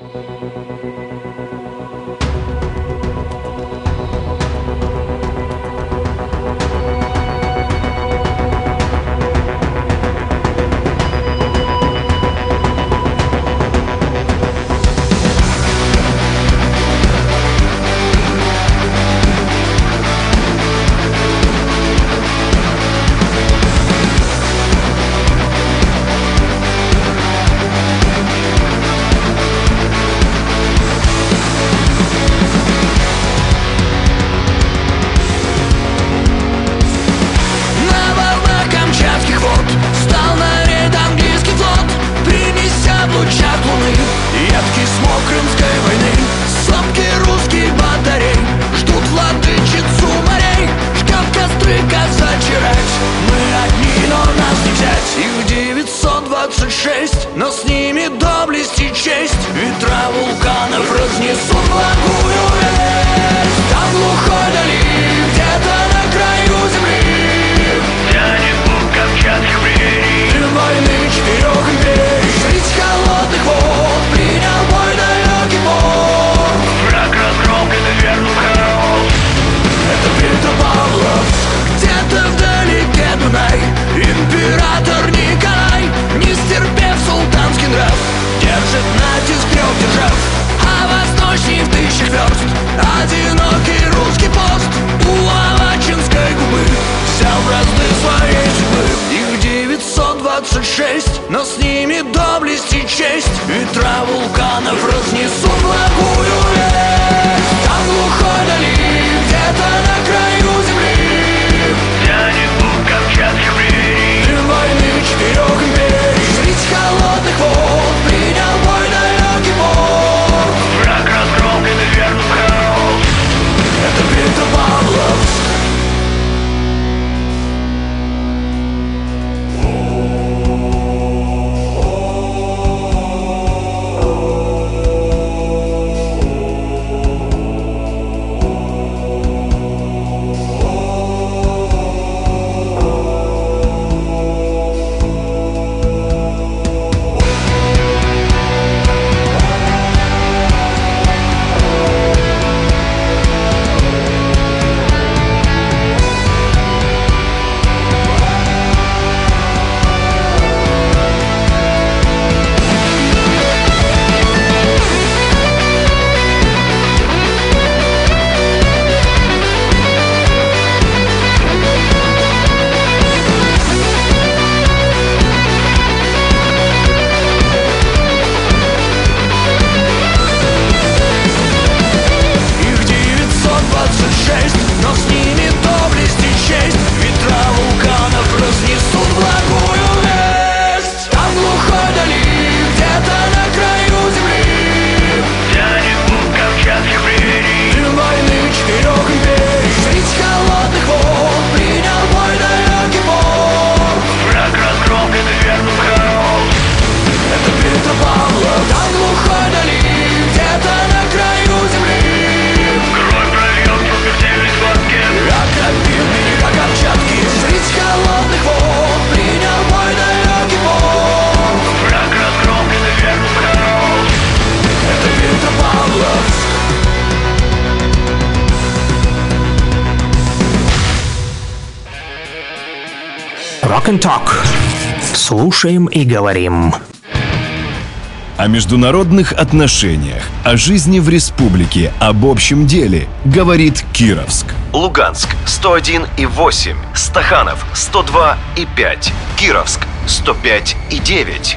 Но с ними доблесть и честь ветра вулканов разнесут благую весть. Там глухой дали, где-то на краю земли, тянет путь камчатских прений. Дым войны 4 империй, средь холодных вод принял бой далекий порт. Враг разгромлен и вернул хаос. Это Петропавловск, где-то вдалеке Дунай. Император Николай, не стерпев султанский нрав, держит натиск 3 держав, а восточней в 1000 верст одинокий русский пост у Авачинской губы взял бразды своей судьбы. Их 926, но с ними доблесть и честь ветра вулканов разнесут благую весть. Там глухой дали, где-то на краю земли, тянет путь камчатских прений. Дым войны 4 империй, средь холодных вод принял бой далекий порт. Враг разгромлен и вернул хаос. Это Петропавловск. Walk and Talk. Слушаем и говорим. О международных отношениях, о жизни в республике, об общем деле говорит Кировск. Луганск 101,8, Стаханов 102,5, Кировск 105,9.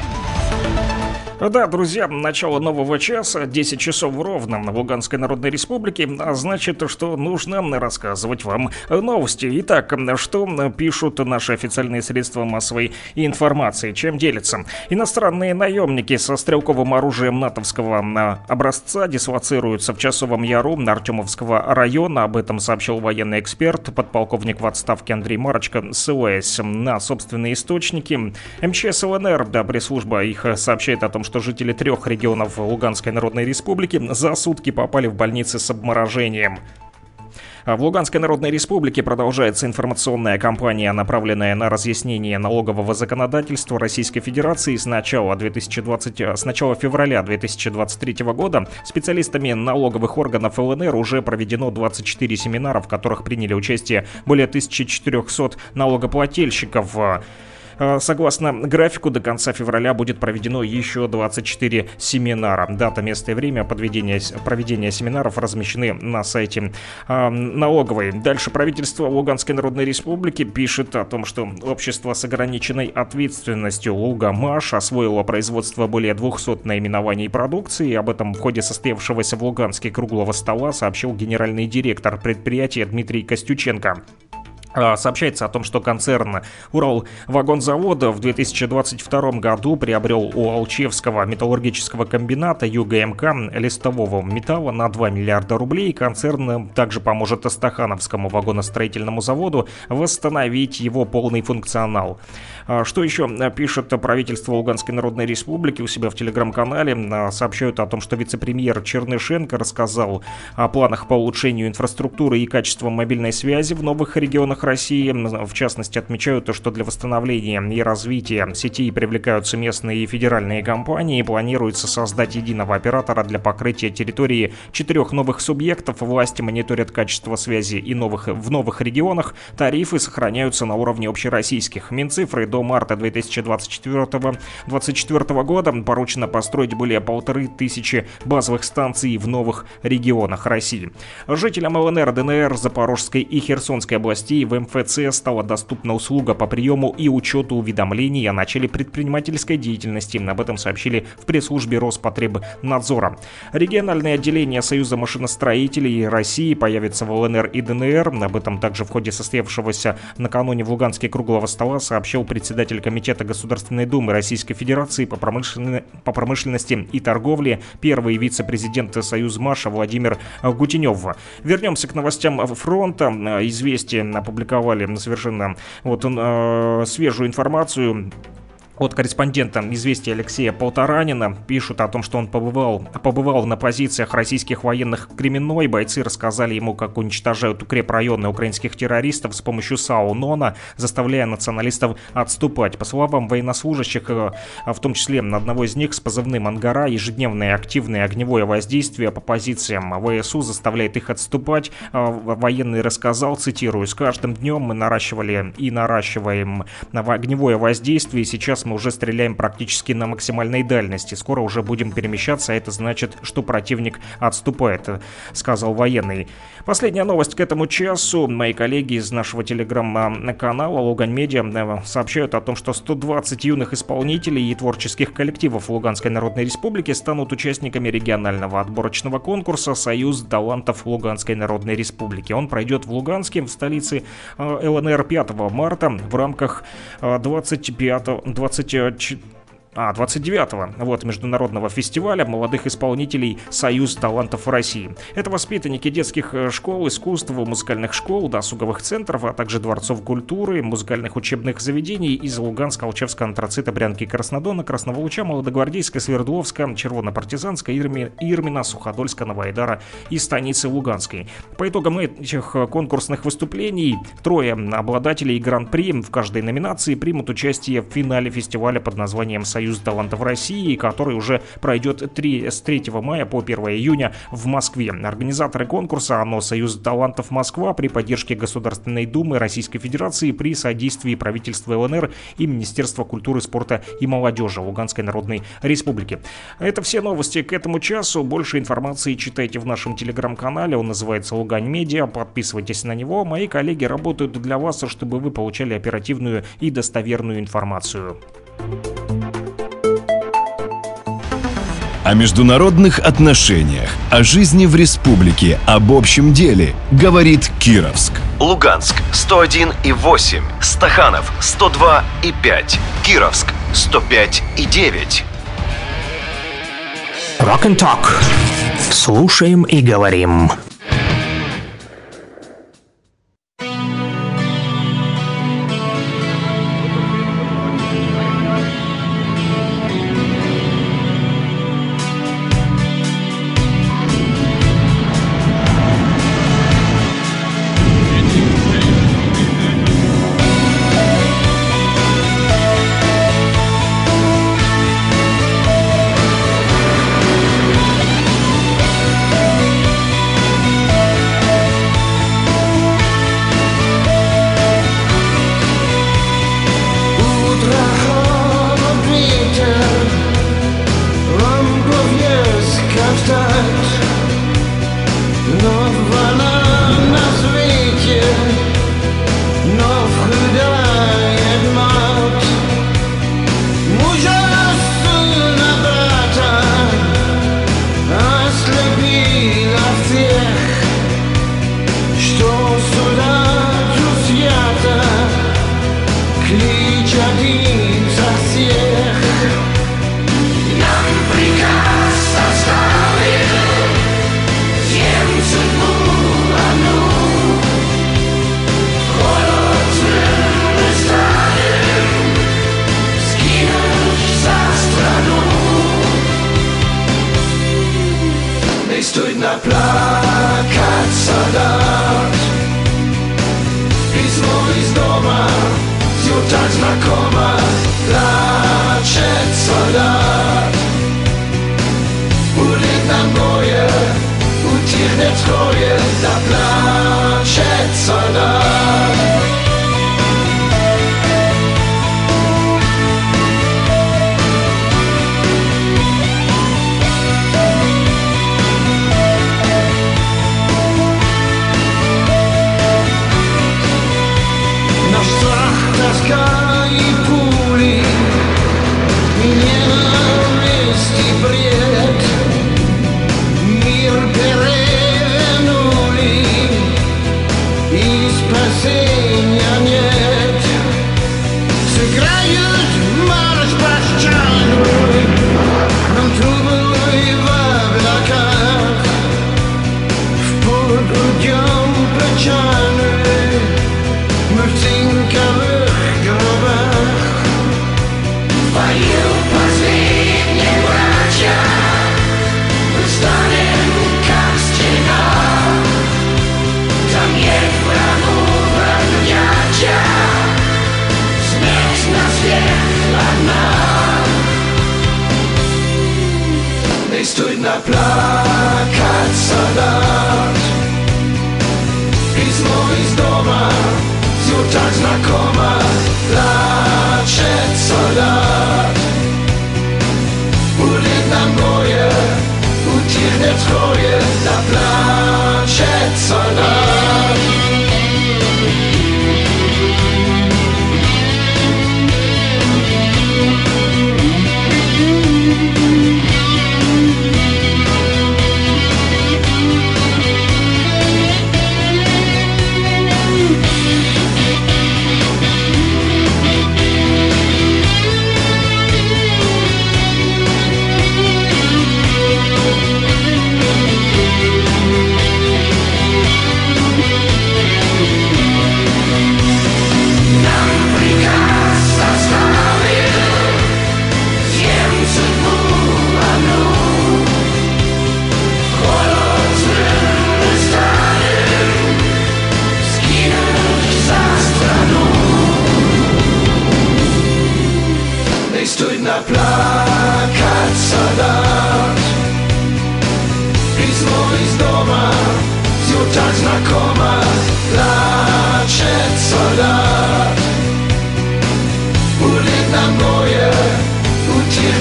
Да, друзья, начало нового часа, 10 часов ровно в Луганской Народной Республике, а значит, что нужно рассказывать вам новости. Итак, что пишут наши официальные средства массовой информации, чем делятся? Иностранные наемники со стрелковым оружием натовского образца дислоцируются в Часовом Яру Артемовского района. Об этом сообщил военный эксперт, подполковник в отставке Андрей Марочка, ссылаясь на собственные источники. МЧС ЛНР, да, пресс-служба их сообщает о том, что жители 3 регионов Луганской Народной Республики за сутки попали в больницы с обморожением. В Луганской Народной Республике продолжается информационная кампания, направленная на разъяснение налогового законодательства Российской Федерации с начала февраля 2023 года. Специалистами налоговых органов ЛНР уже проведено 24 семинара, в которых приняли участие более 1400 налогоплательщиков. Согласно графику, до конца февраля будет проведено еще 24 семинара. Дата, место и время проведения семинаров размещены на сайте налоговой. Дальше правительство Луганской Народной Республики пишет о том, что общество с ограниченной ответственностью Лугамаш освоило производство более 200 наименований продукции. Об этом в ходе состоявшегося в Луганске круглого стола сообщил генеральный директор предприятия Дмитрий Костюченко. Сообщается о том, что концерн «Уралвагонзавод» в 2022 году приобрел у Алчевского металлургического комбината ЮГМК листового металла на 2 миллиарда рублей. Концерн также поможет Стахановскому вагоностроительному заводу восстановить его полный функционал. Что еще пишет правительство Луганской Народной Республики у себя в телеграм-канале? Сообщают о том, что вице-премьер Чернышенко рассказал о планах по улучшению инфраструктуры и качества мобильной связи в новых регионах России. В частности, отмечают, что для восстановления и развития сетей привлекаются местные и федеральные компании. Планируется создать единого оператора для покрытия территории 4 новых субъектов. Власти мониторят качество связи и в новых регионах. Тарифы сохраняются на уровне общероссийских. Минцифры до марта 2024 года поручено построить более 1500 базовых станций в новых регионах России. Жителям ЛНР, ДНР, Запорожской и Херсонской областей в МФЦ стала доступна услуга по приему и учету уведомлений о начале предпринимательской деятельности. Об этом сообщили в пресс-службе Роспотребнадзора. Региональное отделение Союза машиностроителей России появится в ЛНР и ДНР. Об этом также в ходе состоявшегося накануне в Луганске круглого стола сообщил председатель Комитета Государственной Думы Российской Федерации по промышленности и торговле, первый вице-президент Союзмаша Владимир Гутенев. Вернемся к новостям фронта. Известия опубликовали совершенно свежую информацию от корреспондента «Известия» Алексея Полторанина. Пишут о том, что он побывал на позициях российских военных в Кременной. Бойцы рассказали ему, как уничтожают укрепрайоны украинских террористов с помощью САУ «Нона», заставляя националистов отступать. По словам военнослужащих, в том числе одного из них с позывным «Ангара», ежедневное активное огневое воздействие по позициям ВСУ заставляет их отступать. Военный рассказал, цитирую: «С каждым днем мы наращивали и наращиваем огневое воздействие, и сейчас мы уже стреляем практически на максимальной дальности. Скоро уже будем перемещаться, а это значит, что противник отступает», — сказал военный. Последняя новость к этому часу. Мои коллеги из нашего телеграм-канала Лугань Медиа сообщают о том, что 120 юных исполнителей и творческих коллективов Луганской Народной Республики станут участниками регионального отборочного конкурса «Союз талантов Луганской Народной Республики». Он пройдет в Луганске, в столице ЛНР, 5 марта в рамках 29-го международного фестиваля молодых исполнителей «Союз талантов России». Это воспитанники детских школ, искусств, музыкальных школ, досуговых центров, а также дворцов культуры, музыкальных учебных заведений из Луганска, Алчевска, Антрацита, Брянки, Краснодона, Красного Луча, Молодогвардейска, Свердловска, Червонопартизанска, Ирмина, Суходольска, Новоайдара и станицы Луганской. По итогам этих конкурсных выступлений 3 обладателей гран-при в каждой номинации примут участие в финале фестиваля под названием «Союз «Союз талантов России», который уже пройдет с 3 мая по 1 июня в Москве. Организаторы конкурса ОНО «Союз талантов Москва» при поддержке Государственной Думы Российской Федерации при содействии правительства ЛНР и Министерства культуры, спорта и молодежи Луганской Народной Республики. Это все новости к этому часу. Больше информации читайте в нашем телеграм-канале. Он называется «Лугань Медиа». Подписывайтесь на него. Мои коллеги работают для вас, чтобы вы получали оперативную и достоверную информацию. О международных отношениях, о жизни в республике, об общем деле говорит Кировск. Луганск 101,8, Стаханов 102,5, Кировск 105,9. Rock and Talk. Слушаем и говорим.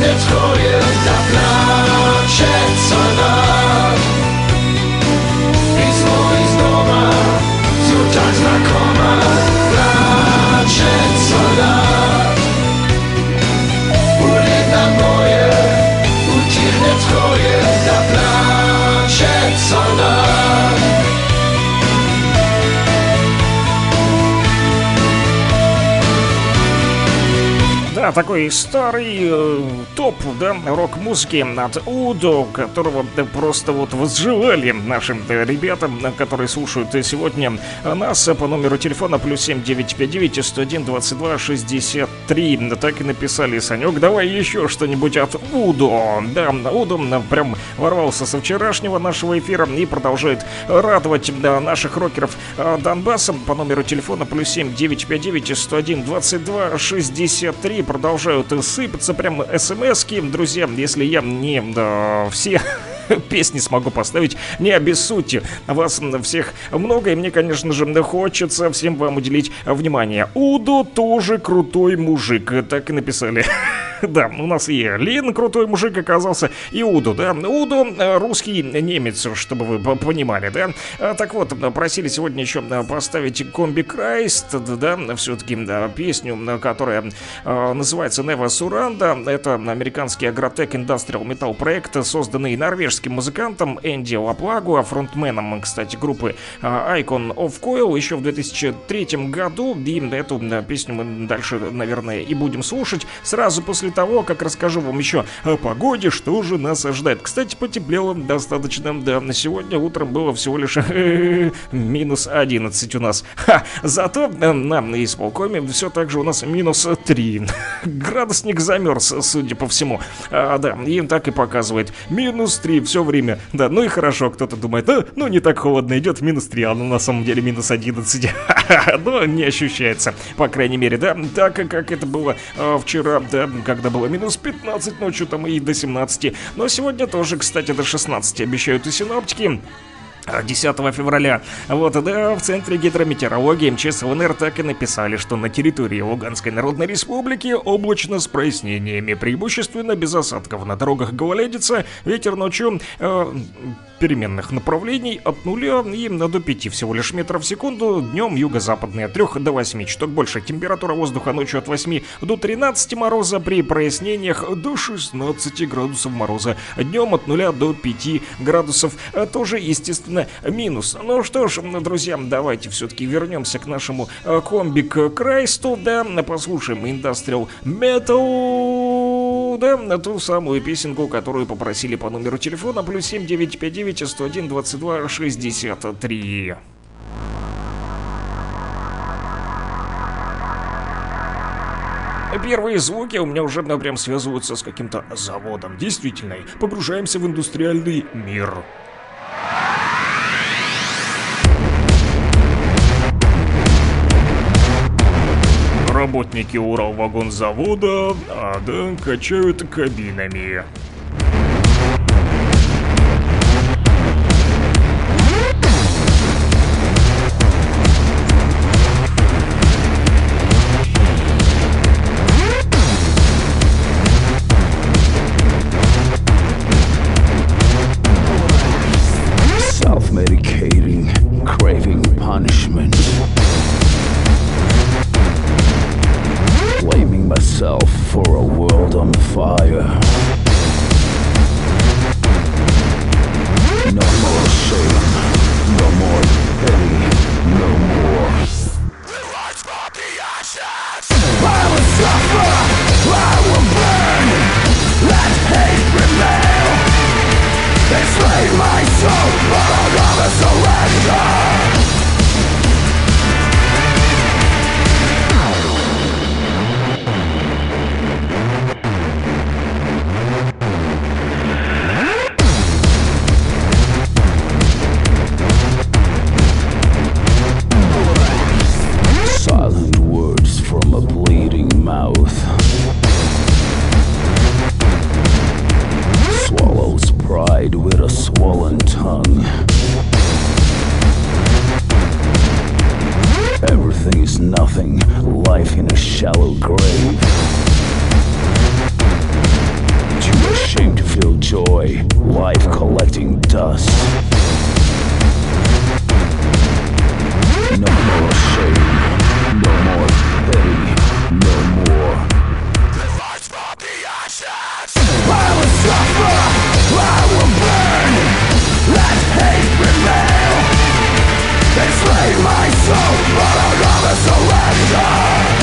утихнет горе, заплачет солдат. Письмо из дома, все так знакомо, плачет солдат. Будет на море, утихнет горе, заплачет солдат. Да, такой старый топ, да, рок-музыки от Удо, которого просто вот возжелали нашим ребята, которые слушают сегодня нас по номеру телефона +7 959 101 22 63. Так и написали: Санек, давай еще что-нибудь от Удо. Да, Удо прям ворвался со вчерашнего нашего эфира и продолжает радовать наших рокеров Донбасса по номеру телефона +7 959 101 22 63. Продолжают сыпаться прям смс-ки. Друзья, если я не все песни смогу поставить, не обессудьте. Вас всех много, и мне, конечно же, хочется всем вам уделить внимание. Удо тоже крутой мужик. Так и написали. Да, у нас и Лин крутой мужик оказался, и Удо, да. Удо русский немец, чтобы вы понимали, да. Так вот, просили сегодня еще поставить Комби Крайст, да, все-таки песню, которая называется Never Surrender. Это американский агротек индастриал металл проект, созданный норвежским музыкантом Энди Лаплагу, фронтменом, кстати, группы Icon of Coil еще в 2003 году. И эту песню мы дальше, наверное, и будем слушать сразу после того, как расскажу вам еще о погоде, что же нас ожидает. Кстати, потеплело достаточно, да, на сегодня утром было всего лишь минус 11 у нас. Зато на исполкоме все так же у нас минус 3. Градусник замерз, судя по всему. Да, им так и показывает. Минус 3 все время. Да, ну и хорошо, кто-то думает, ну не так холодно идет, минус 3, а на самом деле минус 11. Но не ощущается, по крайней мере, да. Так, как это было вчера, да, когда было минус 15 ночью, там и до 17. Но сегодня тоже, кстати, до 16 обещают и синоптики. 10 февраля. Вот, да, в Центре гидрометеорологии МЧС ЛНР так и написали, что на территории Луганской Народной Республики облачно с прояснениями, преимущественно без осадков. На дорогах гололедица, ветер ночью переменных направлений от 0 и до 5 всего лишь метров в секунду. Днем юго-западный от 3 до 8, чуток больше. Температура воздуха ночью от 8 до 13 мороза, при прояснениях до 16 градусов мороза. Днем от 0 до 5 градусов, тоже, естественно, минус. Ну что ж, друзья, давайте все-таки вернемся к нашему комби Крайсту, да, послушаем Industrial Metal, да, ту самую песенку, которую попросили по номеру телефона +7 959 101 22 63. Первые звуки у меня уже прям связываются с каким-то заводом. Действительно, погружаемся в индустриальный мир. Работники Уралвагонзавода, качают кабинами. Self-medicating, craving punishment. Blaming myself for a world on fire. No more shame, no more pity, no more. Rise from the ashes. I will suffer, I will burn. Let hate prevail. Enslave my soul, but I'll never surrender. Silent words from a bleeding mouth. Swallows pride with a swollen tongue. Everything is nothing, life in a shallow grave. shame to feel joy, life collecting dust. No more shame, no more pity, no more. Revive from the ashes. I will suffer, I will burn. Let hate prevail. Enslave my soul, but I'll never surrender.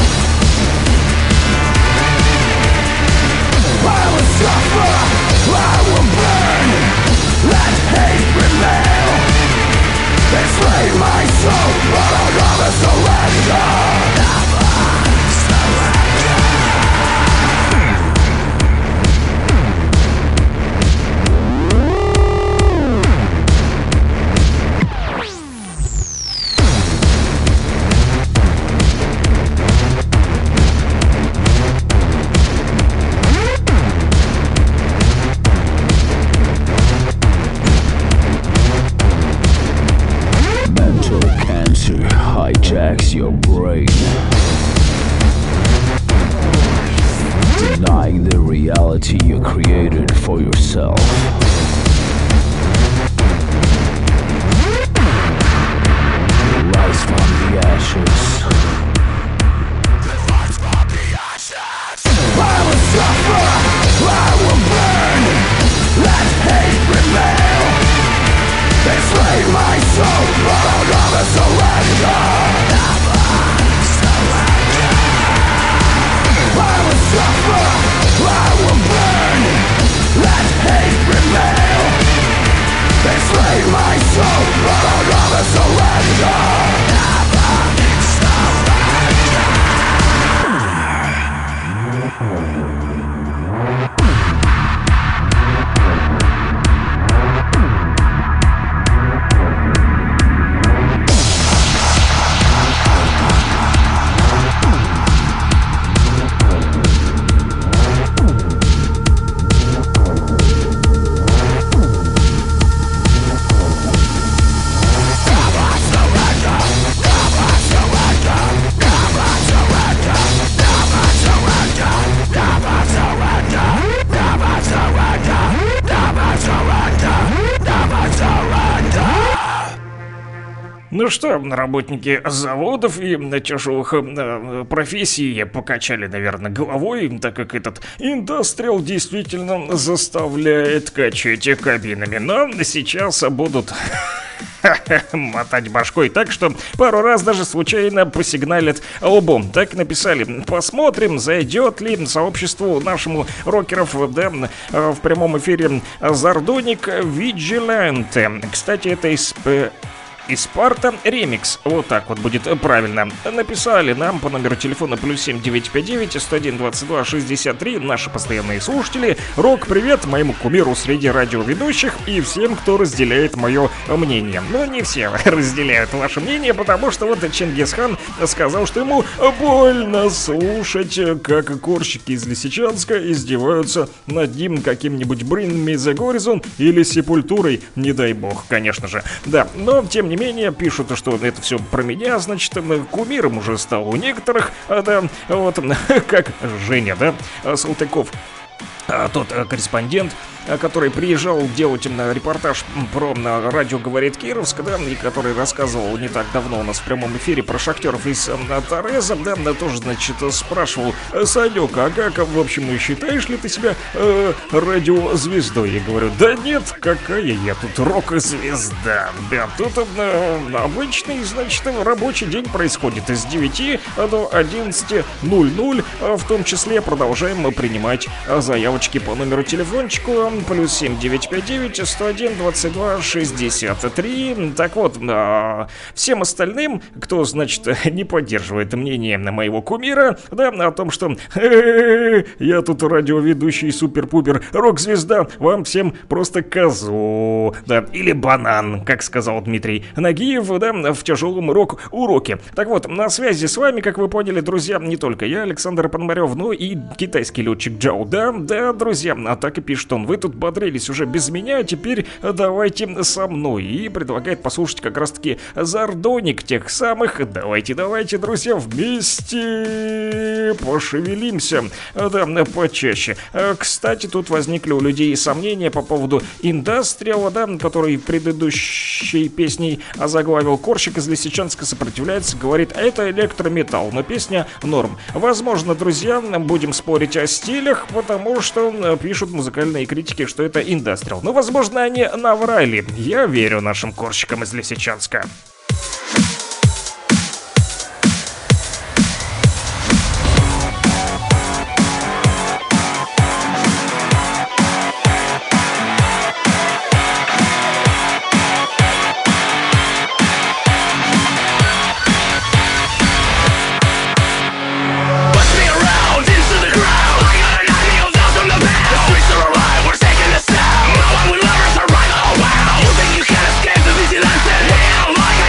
I will suffer, I will burn. Let hate prevail. Enslave my soul, but I'll never surrender. Never surrender. Mental cancer hijacks your brain, denying the reality you created for yourself. Rise from the ashes. Rise from the ashes. I will suffer, I will burn. Let hate prevail. Enslave my soul, but I'll never surrender. Never surrender. I will suffer, I will burn. Let hate prevail. Enslave my soul, but I'll never surrender. Never Ну что, работники заводов и тяжелых профессий покачали, наверное, головой, так как этот индастриал действительно заставляет качать кабинами. Но сейчас будут мотать башкой так, что пару раз даже случайно посигналят лбом. Так написали. Посмотрим, зайдет ли сообществу нашему рокеров, да, в прямом эфире Зардоник Vigilante. Кстати, это из Спарта ремикс. Вот так вот будет правильно. Написали нам по номеру телефона +7 959 101 22 63 наши постоянные слушатели. Рок, привет моему кумиру среди радиоведущих и всем, кто разделяет мое мнение. Но не все разделяют ваше мнение, потому что вот Чингисхан сказал, что ему больно слушать, как корщики из Лисичанска издеваются над ним каким-нибудь Bring Me The Horizon или Сепультурой, не дай бог, конечно же. Да, но тем не менее, пишут, что это все про меня, значит, кумиром уже стал у некоторых, да, вот, как Женя, да, Салтыков, тот корреспондент, который приезжал делать репортаж про радио «Говорит Кировск», да, и который рассказывал не так давно у нас в прямом эфире про шахтеров из Тореза, да, тоже, значит, спрашивал: Санек, а как, в общем, считаешь ли ты себя радиозвездой? Я говорю: да нет, какая я тут рок-звезда. Да, тут обычный, значит, рабочий день происходит с 9 до 11:00, в том числе продолжаем принимать заявочки по номеру телефончику +7 959 101 22 63. Так вот, всем остальным, кто, значит, не поддерживает мнение моего кумира, да, о том, что я тут радиоведущий супер-пупер рок-звезда, вам всем просто козу, да, или банан, как сказал Дмитрий Нагиев, да, в тяжелом рок-уроке. Так вот, на связи с вами, как вы поняли, друзья, не только я, Александр Пономарев, но и китайский летчик Джао, да, Да, друзья, а так и пишет он: вы тут бодрились уже без меня, а теперь давайте со мной. И предлагает послушать как раз-таки Зардоник тех самых. Давайте, друзья, вместе пошевелимся. Да, почаще. Кстати, тут возникли у людей сомнения по поводу Индастриала, да, который предыдущей песней озаглавил. Корщик из Лисичанска сопротивляется, говорит, это электрометалл, но песня норм. Возможно, друзья, будем спорить о стилях, потому что пишут музыкальные критики, что это Индастриал. Но, возможно, они наврали. Я верю нашим корщикам из Лисичанска. Like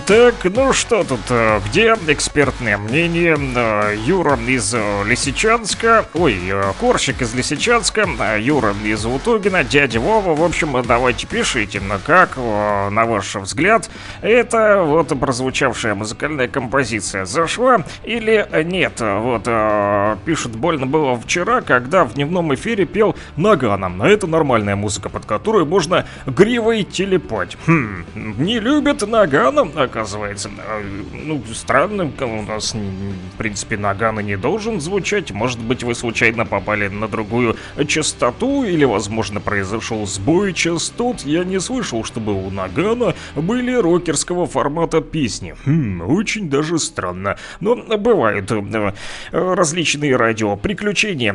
Так, ну что тут, где экспертное мнение? Юра из Лисичанска, Корщик из Лисичанска, Юра из Утугина, дядя Вова. В общем, давайте пишите, как, на ваш взгляд, это вот прозвучавшая музыкальная композиция зашла или нет? Вот, пишут, больно было вчера, когда в дневном эфире пел Наганом. Это нормальная музыка, под которую можно гривой телепать. Не любят Нагана, оказывается. Ну, странно, у нас, в принципе, Нагана не должен звучать. Может быть, вы случайно попали на другую частоту, или, возможно, произошел сбой частот. Я не слышал, чтобы у Нагана были рокерского формата песни. Очень даже странно. Но бывают различные радиоприключения.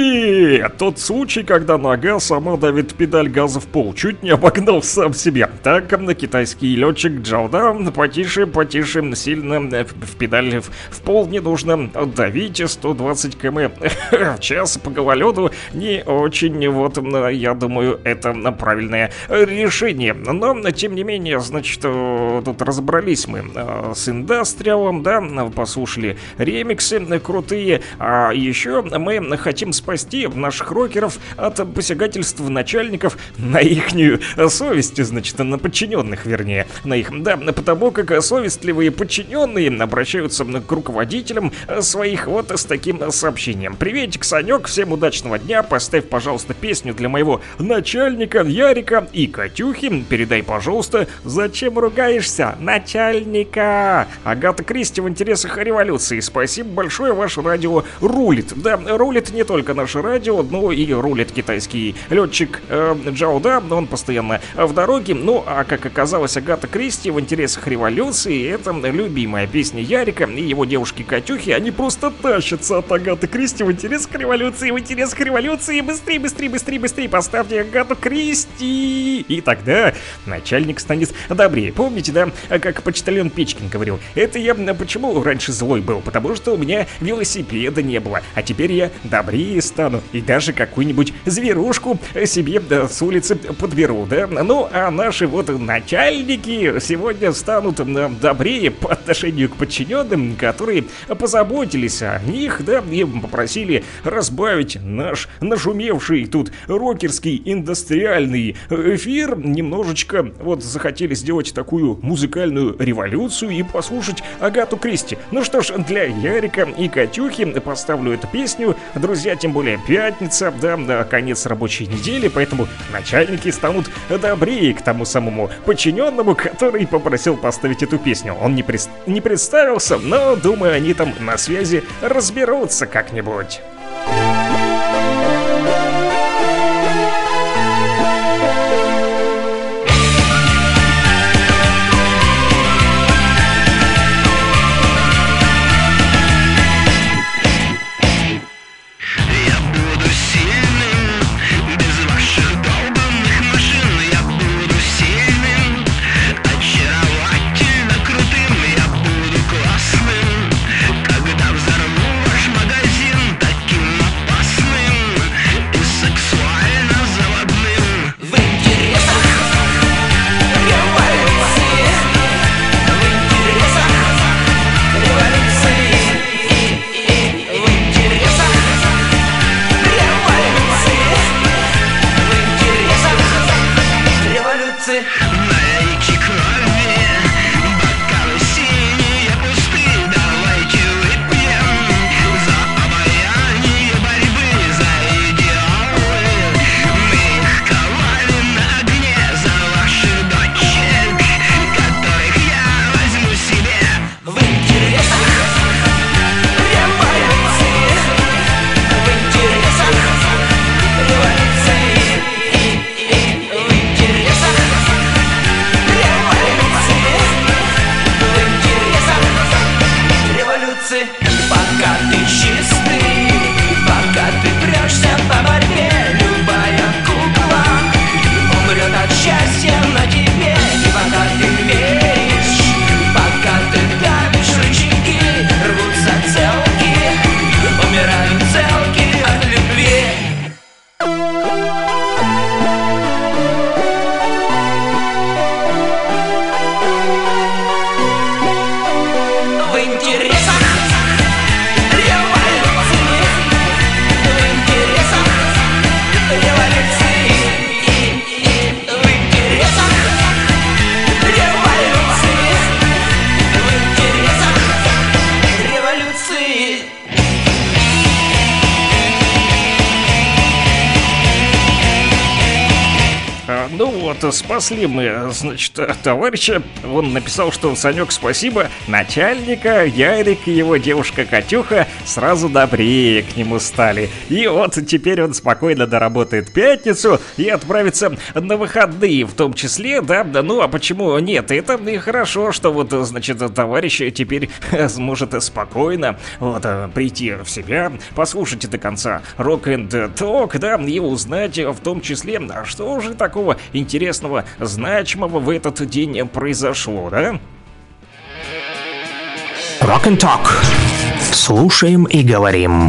Тот случай, когда нога сама давит педаль газа в пол, чуть не обогнал сам себя. Так, китайский летчик Джауда, потише, сильно в педаль в пол не нужно давить, 120 км в час по гололеду не очень, вот, я думаю, это правильное решение. Но, тем не менее, значит, тут разобрались мы с индастриалом, да, послушали ремиксы крутые, а еще мы хотим спасти наших рокеров от посягательств начальников на ихнюю совесть, значит, на подчиненных, вернее, на их, да, потому как совестливые подчиненные обращаются к руководителям своих вот с таким сообщением: приветик, Санек, всем удачного дня, поставь, пожалуйста, песню для моего начальника Ярика и Катюхи, передай, пожалуйста, зачем ругаешься, начальника. Агата Кристи в интересах революции. Спасибо большое, ваше радио рулит. Да, рулит не только наше радио, но и рулит китайский летчик Джауда, он постоянно в дороге. Ну, а как оказалось, Агата Кристи в интересах революции — это любимая песня Ярика и его девушки Катюхи. Они просто тащатся от Агаты Кристи в интересах революции, в интересах революции. Быстрее, быстрее, быстрее, быстрее поставьте Агату Кристи, и тогда начальник станет добрее. Помните, да, как почтальон Печкин говорил: это я почему раньше злой был? Потому что у меня велосипеда не было, а теперь я добрее стану и даже какую-нибудь зверушку себе с улицы подберу, да? Ну, а наши вот начальники сегодня станут добрее по отношению к подчиненным, которые позаботились о них, да, и попросили разбавить наш нашумевший тут рокерский индустриальный эфир немножечко. Вот захотели сделать такую музыкальную революцию и послушать Агату Кристи. Ну что ж, для Ярика и Катюхи поставлю эту песню. Друзья, тем более пятница, да, конец рабочей недели, поэтому начальники станут добрее к тому самому подчиненному, который попросил поставить эту песню. Он не представился, но, думаю, они там на связи разберутся как-нибудь. Когда взорву ваш магазин таким опасным. вот спасли мы, значит, товарища. Он написал, что Санек, спасибо. Начальника Ярик и его девушка Катюха сразу добрее к нему стали. И вот теперь он спокойно доработает пятницу и отправится на выходные в том числе, да? Ну а почему нет? Это и хорошо, что вот, значит, товарищ теперь сможет спокойно вот прийти в себя, послушать до конца Rock and Talk, да, и узнать в том числе, что же такого интересного, значимого в этот день произошло, да? Rock and Talk. Слушаем и говорим.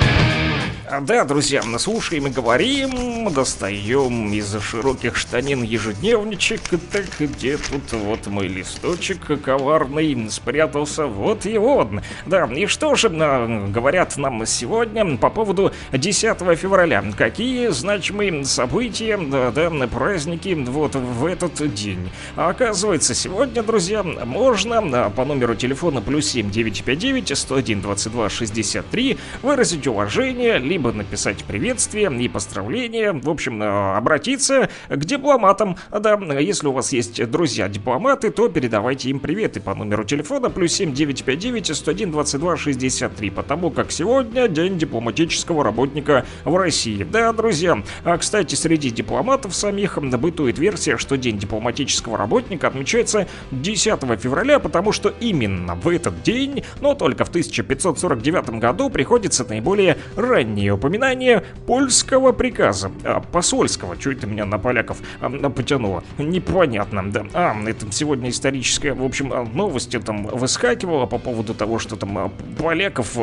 Да, друзья, слушаем и говорим, достаем из широких штанин ежедневничек. Так, где тут вот мой листочек коварный спрятался? Вот его. Да, и что же говорят нам сегодня по поводу 10 февраля? Какие значимые события, да, праздники вот в этот день? Оказывается, сегодня, друзья, можно по номеру телефона +7 959 101 22 63 выразить уважение, либо написать приветствие и поздравления, в общем, обратиться к дипломатам. Да, если у вас есть друзья-дипломаты, то передавайте им приветы по номеру телефона +7 959 101 22 63, потому как сегодня день дипломатического работника в России. Да, друзья, кстати, среди дипломатов самих бытует версия, что день дипломатического работника отмечается 10 февраля, потому что именно в этот день, но только в 1549 году, приходится наиболее раннее упоминание польского приказа, посольского. Что это меня на поляков потянуло? Непонятно, да. Это сегодня историческая, в общем, новость там выскакивала по поводу того, что там поляков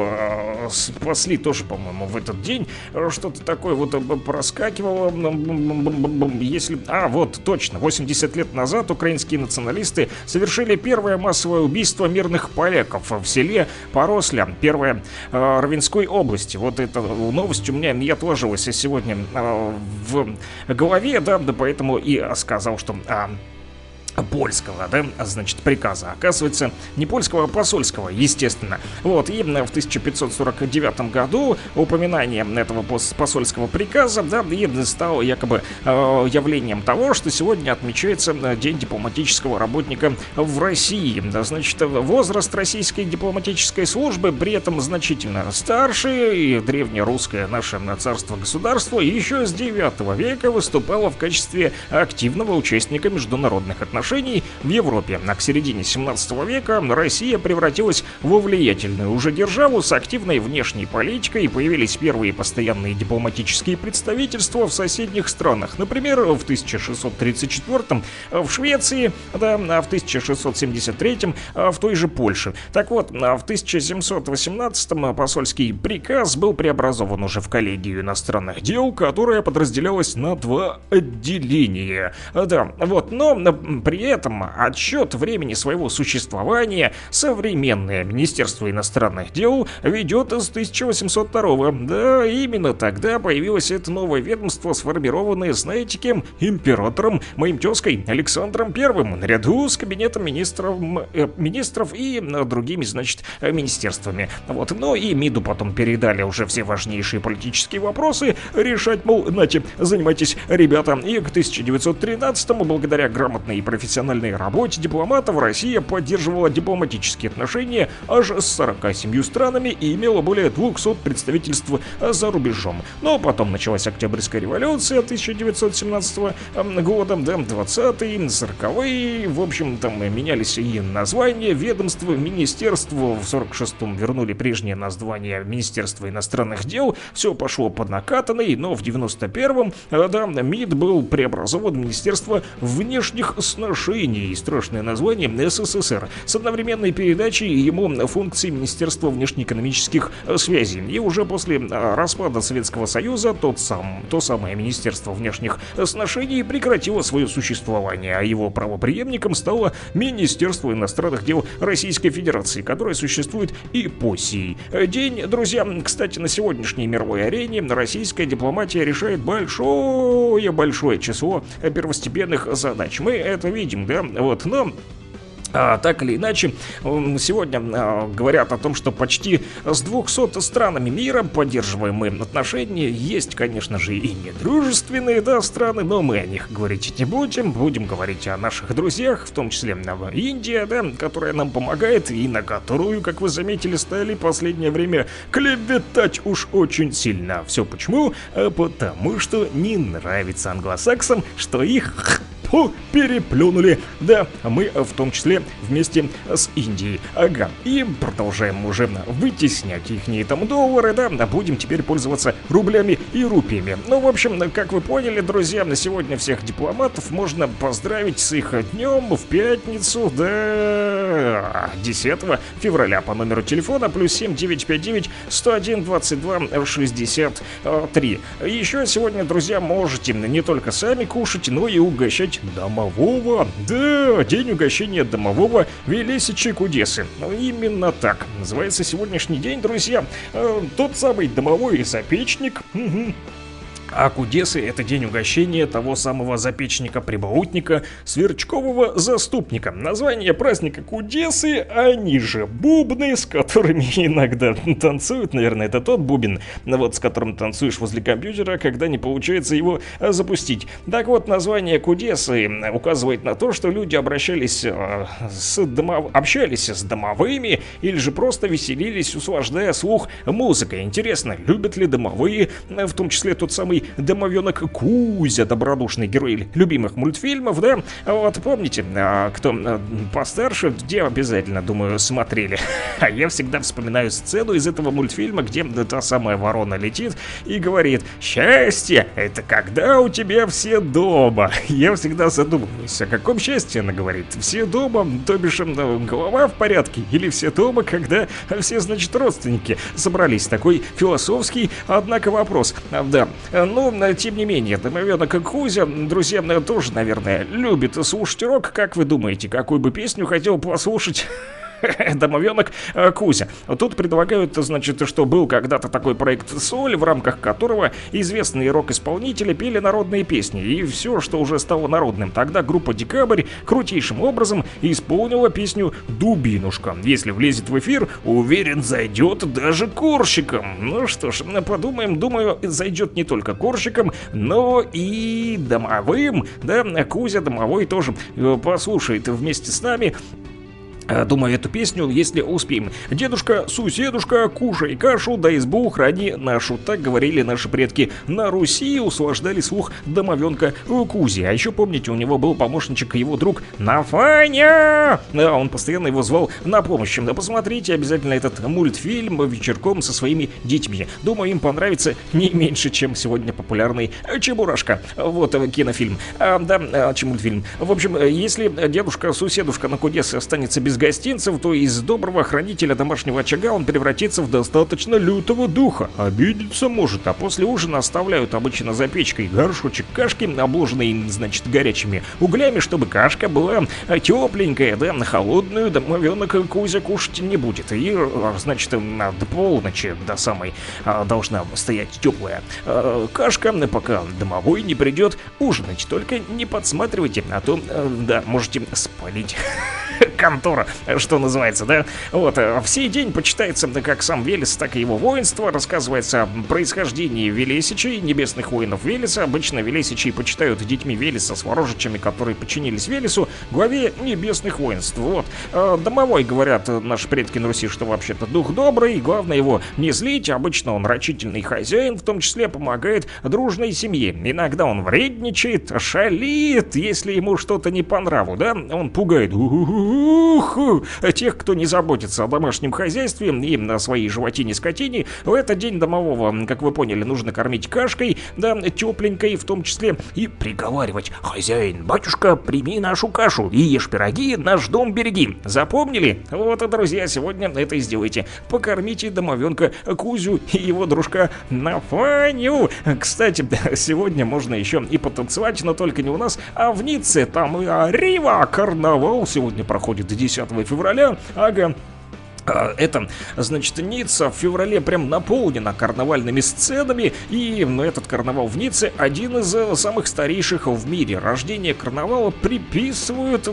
спасли тоже, по-моему, в этот день. Что-то такое вот проскакивало. Если... вот, точно. 80 лет назад украинские националисты совершили первое массовое убийство мирных поляков в селе Поросля, первое Ровенской области. Вот эта новость у меня не отложилась сегодня в голове, да, поэтому и сказал, что польского, да, значит, приказа. Оказывается, не польского, а посольского, естественно. Вот, и в 1549 году упоминание этого посольского приказа, да, и стало якобы явлением того, что сегодня отмечается День дипломатического работника в России. Да, значит, возраст российской дипломатической службы при этом значительно старше, и древнерусское наше царство-государство еще с 9 века выступало в качестве активного участника международных отношений в Европе. А к середине 17 века Россия превратилась во влиятельную уже державу с активной внешней политикой, и появились первые постоянные дипломатические представительства в соседних странах. Например, в 1634 в Швеции, да, а в 1673 в той же Польше. Так вот, в 1718 посольский приказ был преобразован уже в коллегию иностранных дел, которая подразделялась на два отделения. Да, вот, но при этом отсчет времени своего существования современное Министерство иностранных дел ведет с 1802. Да, именно тогда появилось это новое ведомство, сформированное, знаете кем? Императором, моим тезкой Александром I, наряду с кабинетом министров и другими, значит, министерствами. Вот, но и МИДу потом передали уже все важнейшие политические вопросы решать, мол, нате, занимайтесь, ребята. И к 1913-му, благодаря грамотной и профессиональной работе дипломатов, Россия поддерживала дипломатические отношения аж с 47 странами и имела более 200 представительств за рубежом. Но потом началась Октябрьская революция 1917 года, да, 20-е, 40-е, в общем, там менялись и названия ведомств, министерств. В 46-м вернули прежнее название Министерства иностранных дел, все пошло по накатанной, но в 91-м, да, МИД был преобразован в Министерство внешних сношений, страшное название, СССР, с одновременной передачей ему функций Министерства внешнеэкономических связей. И уже после распада Советского Союза то самое Министерство внешних сношений прекратило свое существование, а его правопреемником стало Министерство иностранных дел Российской Федерации, которое существует и по сей день. Друзья, кстати, на сегодняшней мировой арене российская дипломатия решает большое число первостепенных задач. Мы это видим, да, вот, но Так или иначе, сегодня говорят о том, что почти с 200 странами мира поддерживаем мы отношения. Есть, конечно же, и недружественные, да, страны, но мы о них говорить не будем. Будем говорить о наших друзьях, в том числе Индия, да, которая нам помогает и на которую, как вы заметили, стали в последнее время клеветать уж очень сильно. Все почему? Потому что не нравится англосаксам, что их переплюнули, да, мы в том числе вместе с Индией. Ага, и продолжаем уже вытеснять ихние там доллары, да, будем теперь пользоваться рублями и рупиями. Ну, в общем, как вы поняли, друзья, на сегодня всех дипломатов можно поздравить с их днем в пятницу, да, 10 февраля по номеру телефона +7 959 101 22 63. Еще сегодня, друзья, можете не только сами кушать, но и угощать домового. Да, день угощения домового Велесичи Кудесы. Ну, именно так называется сегодняшний день, друзья. Тот самый домовой запечник. А Кудесы — это день угощения того самого запечника-прибаутника, сверчкового заступника. Название праздника Кудесы, они же бубны, с которыми иногда танцуют. Наверное, это тот бубен, вот с которым танцуешь возле компьютера, когда не получается его запустить. Так вот, название Кудесы указывает на то, что люди общались с домовыми или же просто веселились, услаждая слух музыкой. Интересно, любят ли домовые, в том числе тот самый домовенок Кузя, добродушный герой любимых мультфильмов, да? Вот, помните, кто постарше, где обязательно, думаю, смотрели. А я всегда вспоминаю сцену из этого мультфильма, где та самая ворона летит и говорит: «Счастье — это когда у тебя все дома». Я всегда задумываюсь, о каком счастье она говорит. Все дома, то бишь голова в порядке, или все дома, когда все, значит, родственники собрались? Такой философский, однако, вопрос. Да, но, тем не менее, домовенок Кузя, друзья, тоже, наверное, любит слушать рок. Как вы думаете, какую бы песню хотел послушать домовенок Кузя? Тут предлагают, значит, что был когда-то такой проект «Соль», в рамках которого известные рок-исполнители пели народные песни. И все, что уже стало народным. Тогда группа «Декабрь» крутейшим образом исполнила песню «Дубинушка». Если влезет в эфир, уверен, зайдет даже корщикам. Ну что ж, подумаем, думаю, зайдет не только корщикам, но и домовым. Да, Кузя домовой тоже послушает вместе с нами, думаю, эту песню, если успеем. Дедушка, суседушка, кушай кашу, да избу храни нашу. Так говорили наши предки на Руси, услаждали слух домовенка Кузи. А еще, помните, у него был помощничек, его друг Нафаня. Да, он постоянно его звал на помощь. Да, посмотрите обязательно этот мультфильм вечерком со своими детьми. Думаю, им понравится не меньше, чем сегодня популярный Чебурашка. Вот кинофильм. Да, мультфильм. В общем, если дедушка, суседушка на Кудесе останется без гостинцев, то из доброго хранителя домашнего очага он превратится в достаточно лютого духа. Обидеться может, а после ужина оставляют обычно за печкой горшочек кашки, обложенный, значит, горячими углями, чтобы кашка была тепленькая, да, холодную домовенок Кузя кушать не будет. И, значит, до полночи, до самой, должна стоять теплая кашка, пока домовой не придет ужинать. Только не подсматривайте, а то, да, можете спалить контора, что называется, да? Вот, в сей день почитается как сам Велес, так и его воинство. Рассказывается о происхождении Велесичей, небесных воинов Велеса. Обычно Велесичей почитают детьми Велеса с ворожичами, которые подчинились Велесу, главе небесных воинств. Вот. Домовой, говорят наши предки на Руси, что вообще-то дух добрый, и главное его не злить. Обычно он рачительный хозяин, в том числе помогает дружной семье. Иногда он вредничает, шалит, если ему что-то не по нраву, да? Он пугает тех, кто не заботится о домашнем хозяйстве и на своей животине-скотине. В этот день домового, как вы поняли, нужно кормить кашкой, да, тепленькой в том числе, и приговаривать: «Хозяин, батюшка, прими нашу кашу и ешь пироги, наш дом береги». Запомнили? Вот, друзья, сегодня это и сделайте. Покормите домовенка Кузю и его дружка Нафаню. Кстати, сегодня можно еще и потанцевать, но только не у нас, а в Ницце. Там и Рива карнавал сегодня проходит 10 февраля. Ага. Это, значит, Ницца в феврале прям наполнена карнавальными сценами, и этот карнавал в Ницце один из самых старейших в мире. Рождение карнавала приписывают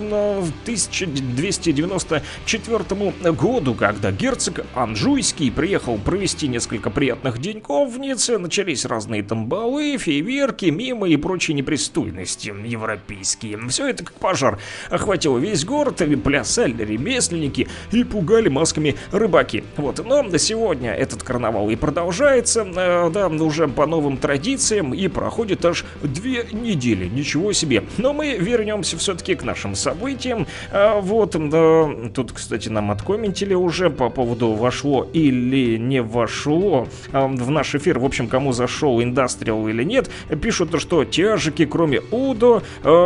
1294 году, когда герцог Анжуйский приехал провести несколько приятных деньков в Ницце. Начались разные там балы, фейерверки, мимы и прочие непристойности европейские. Все это как пожар охватило весь город, плясали ремесленники и пугали масками рыбаки. Вот, но сегодня этот карнавал и продолжается, да, уже по новым традициям, и проходит аж 2 недели. Ничего себе. Но мы вернемся все-таки к нашим событиям. Вот, да, тут, кстати, нам откомментили уже по поводу вошло или не вошло в наш эфир. В общем, кому зашел Индастриал или нет, пишут, что тяжики, кроме Удо,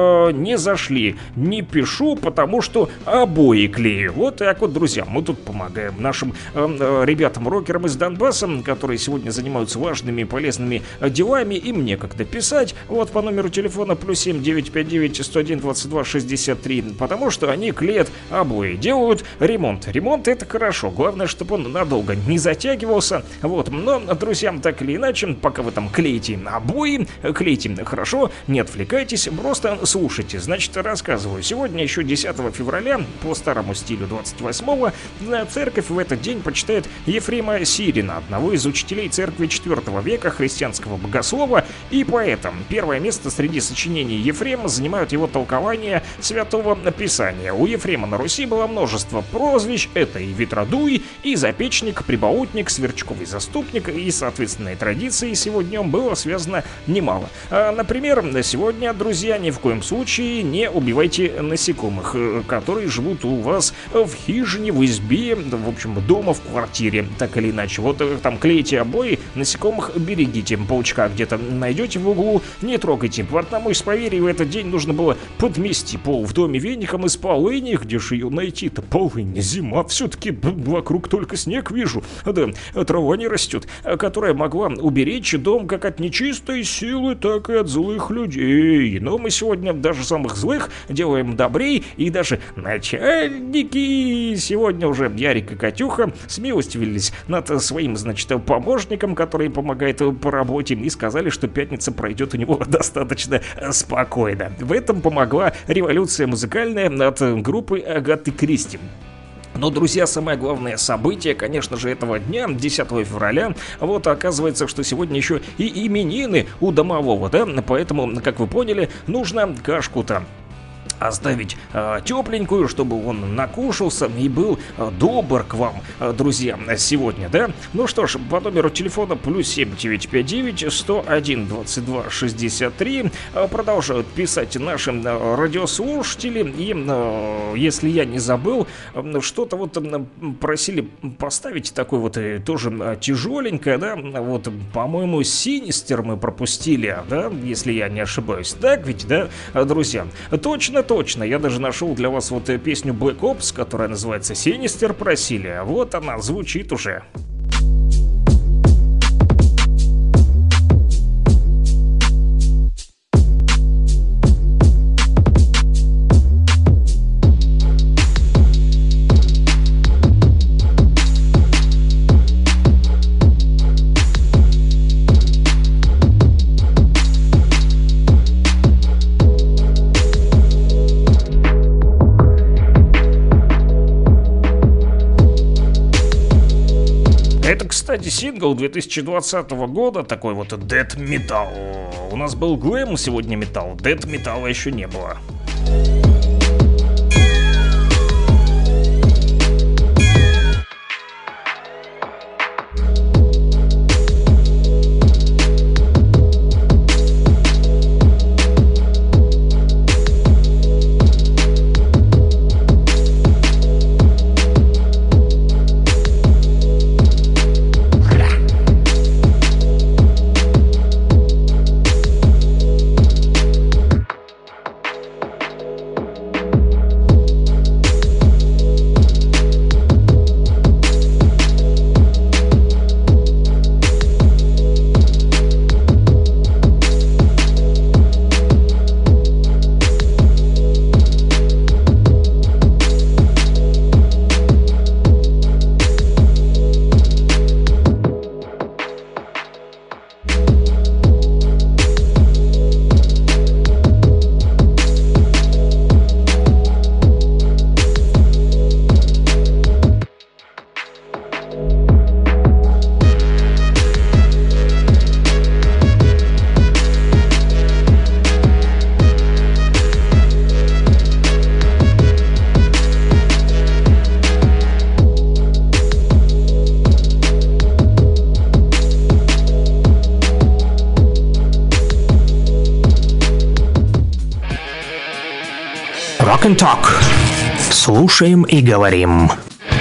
не зашли. Не пишу, потому что обои клею. Вот так вот, друзья, мы тут помогаем нашим ребятам-рокерам из Донбасса, которые сегодня занимаются важными и полезными делами. Им некогда писать. Вот по номеру телефона +7 959 101 22 63, потому что они клеят обои, делают ремонт. Ремонт — это хорошо, главное, чтобы он надолго не затягивался. Вот, но, друзья, так или иначе, пока вы там клеите обои, клейте хорошо, не отвлекайтесь, просто слушайте. Значит, рассказываю. Сегодня еще 10 февраля, по старому стилю 28-го, церковь в этот день почитает Ефрема Сирина, одного из учителей церкви IV века, христианского богослова и поэта. Первое место среди сочинений Ефрема занимают его толкования Святого Писания. У Ефрема на Руси было множество прозвищ. Это и ветродуй, и запечник, прибаутник, сверчковый заступник, и, соответственно, традиции с его днем было связано немало. Например, сегодня, друзья, ни в коем случае не убивайте насекомых, которые живут у вас в хижине, в избе, в общем, дома, в квартире, так или иначе. Вот там клеите обои, насекомых берегите. Паучка где-то найдете в углу, не трогайте. По одному из поверий в этот день нужно было подмести пол в доме веником из полыни. Где же ее найти-то? Полынь, зима, все-таки вокруг только снег вижу. Да, трава не растет, которая могла уберечь дом как от нечистой силы, так и от злых людей. Но мы сегодня даже самых злых делаем добрей, и даже начальники сегодня уже Ярик и Катюха смилостивились над своим, значит, помощником, который помогает по работе, и сказали, что пятница пройдет у него достаточно спокойно. В этом помогла революция музыкальная от группы Агаты Кристи. Но, друзья, самое главное событие, конечно же, этого дня, 10 февраля, вот оказывается, что сегодня еще и именины у домового, да, поэтому, как вы поняли, нужно кашку-то оставить тепленькую, чтобы он накушался и был добр к вам, друзья, сегодня, да? Ну что ж, по номеру телефона +7 959 101 22 63 продолжают писать наши радиослушатели, и если я не забыл, что-то вот просили поставить такой вот тоже тяжеленькое, да? Вот, по-моему, Синистер мы пропустили, да? Если я не ошибаюсь. Так ведь, да, друзья? Точно, я даже нашел для вас вот песню Black Ops, которая называется Sinister, просили, а вот она звучит уже. Кстати, сингл 2020 года, такой вот Death Metal. У нас был глэм, сегодня металл, Death Metal еще не было. Rock and Talk. Слушаем и говорим.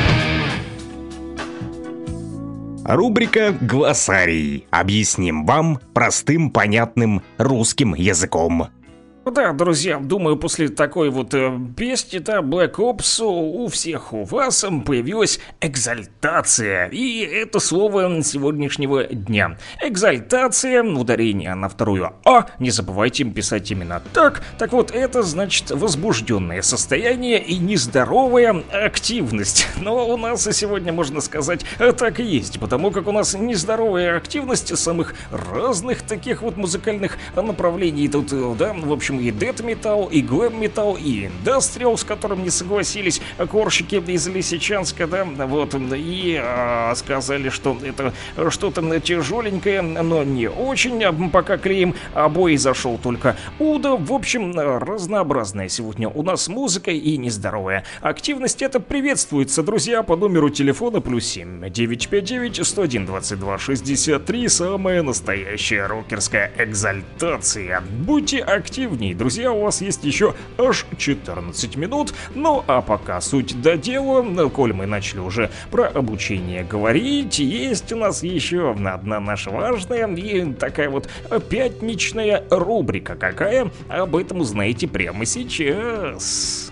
Рубрика «Глоссарий». Объясним вам простым, понятным русским языком. Да, друзья, думаю, после такой вот песни, да, Black Ops, у всех у вас появилась экзальтация. И это слово сегодняшнего дня. Экзальтация, ударение на вторую «а», не забывайте писать именно так. Так вот, это значит возбужденное состояние и нездоровая активность. Но у нас сегодня, можно сказать, так и есть, потому как у нас нездоровая активность самых разных таких вот музыкальных направлений. Тут, да, в общем, и дэт-металл, и глэм-металл, и индастриал, с которым не согласились корщики из Лисичанска, да, вот, и сказали, что это что-то тяжеленькое, но не очень, пока клеим обои зашел только Уда. В общем, разнообразная сегодня у нас музыка и нездоровая активность. Это приветствуется, друзья, по номеру телефона +7 959 101 22 63. Самая настоящая рокерская экзальтация. Будьте активнее, друзья, у вас есть еще аж 14 минут. Ну а пока суть до дела, коль мы начали уже про обучение говорить, есть у нас еще одна наша важная и такая вот пятничная рубрика. Какая? Об этом узнаете прямо сейчас.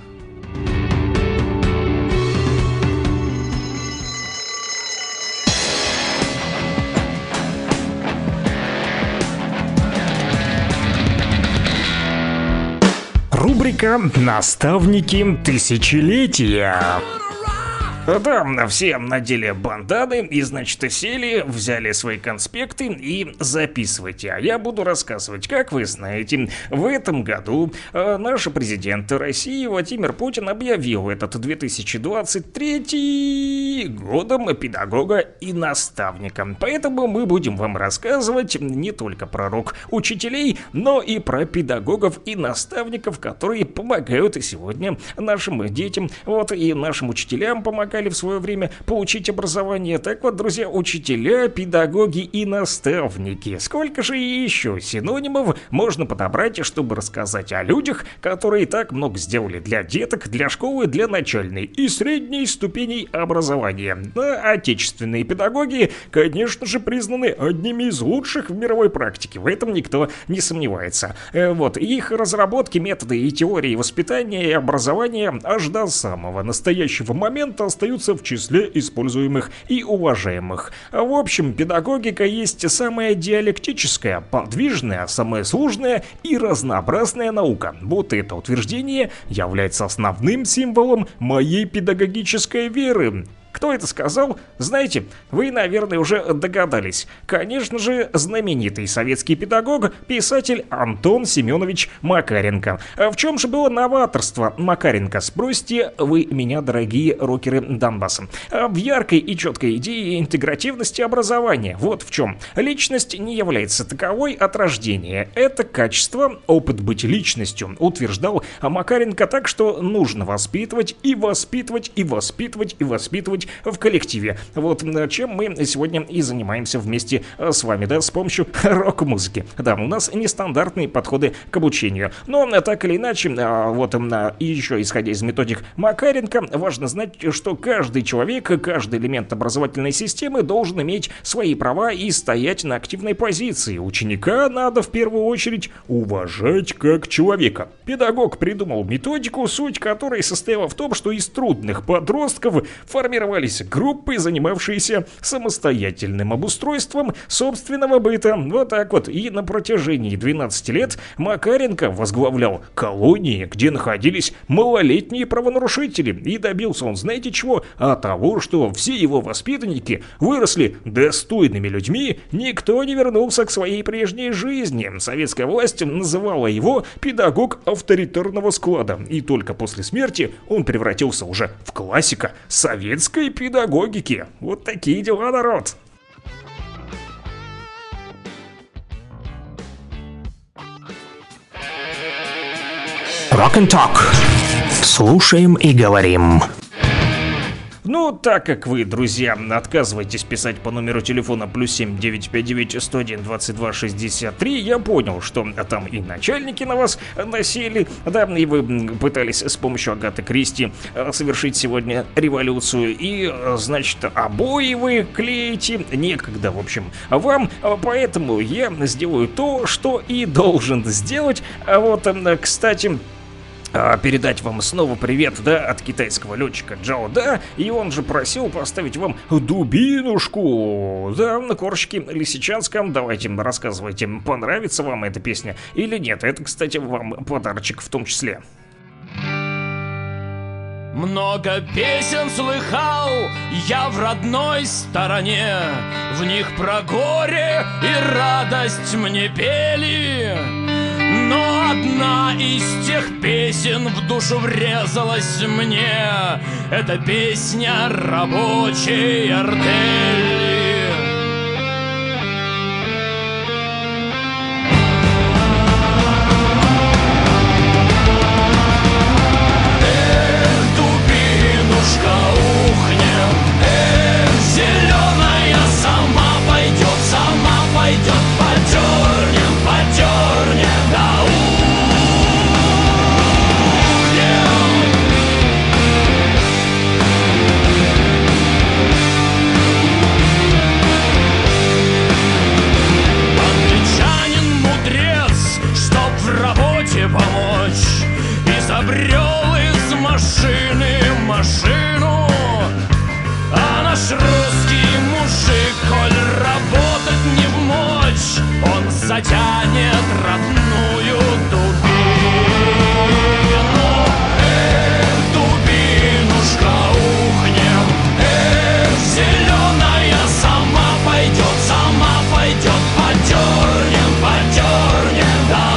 Рубрика «Наставники тысячелетия». Да, все надели банданы и, значит, сели, взяли свои конспекты и записывайте. А я буду рассказывать. Как вы знаете, в этом году наш президент России Владимир Путин объявил этот 2023 годом педагога и наставника. Поэтому мы будем вам рассказывать не только про рок-учителей, но и про педагогов и наставников, которые помогают и сегодня нашим детям, вот, и нашим учителям помогают в свое время получить образование. Так вот, друзья, учителя, педагоги и наставники. Сколько же еще синонимов можно подобрать, чтобы рассказать о людях, которые так много сделали для деток, для школы, для начальной и средней ступеней образования. А отечественные педагоги, конечно же, признаны одними из лучших в мировой практике. В этом никто не сомневается. Вот, их разработки, методы и теории воспитания и образования аж до самого настоящего момента остаются в числе используемых и уважаемых. В общем, педагогика есть самая диалектическая, подвижная, самая сложная и разнообразная наука. Вот это утверждение является основным символом моей педагогической веры. Кто это сказал? Знаете, вы, наверное, уже догадались. Конечно же, знаменитый советский педагог, писатель Антон Семенович Макаренко. В чем же было новаторство Макаренко? Спросите вы меня, дорогие рокеры Донбасса. В яркой и четкой идее интегративности образования. Вот в чем. Личность не является таковой от рождения. Это качество, опыт быть личностью, утверждал Макаренко, так что нужно воспитывать и воспитывать и воспитывать и воспитывать в коллективе. Вот чем мы сегодня и занимаемся вместе с вами, да, с помощью рок-музыки. Да, у нас нестандартные подходы к обучению. Но так или иначе, вот и еще исходя из методик Макаренко, важно знать, что каждый человек, каждый элемент образовательной системы должен иметь свои права и стоять на активной позиции. Ученика надо в первую очередь уважать как человека. Педагог придумал методику, суть которой состояла в том, что из трудных подростков формировали группы, занимавшиеся самостоятельным обустройством собственного быта. Вот так вот. И на протяжении 12 лет Макаренко возглавлял колонии, где находились малолетние правонарушители. И добился он, знаете чего? А того, что все его воспитанники выросли достойными людьми, никто не вернулся к своей прежней жизни. Советская власть называла его педагог авторитарного склада. И только после смерти он превратился уже в классика советской педагогики. Вот такие дела, народ. Rock and Talk. Слушаем и говорим. Ну, так как вы, друзья, отказываетесь писать по номеру телефона +7 959 101 22 63, я понял, что там и начальники на вас насели, да, и вы пытались с помощью Агаты Кристи совершить сегодня революцию, и, значит, обои вы клеите, некогда, в общем, вам, поэтому я сделаю то, что и должен сделать. А вот, кстати, передать вам снова привет, да, от китайского летчика Джао Да, и он же просил поставить вам дубинушку, да, на корочке Лисичанском. Давайте, рассказывайте, понравится вам эта песня или нет. Это, кстати, вам подарочек в том числе. Много песен слыхал я в родной стороне, в них про горе и радость мне пели. Но одна из тех песен в душу врезалась мне. Это песня рабочей артели. Изобрел из машины машину, а наш русский мужик, коль работать не в мочь, он затянет родную дубину. Эх, дубинушка, ухнем, эх, зеленая сама пойдет, подернем, подернем, да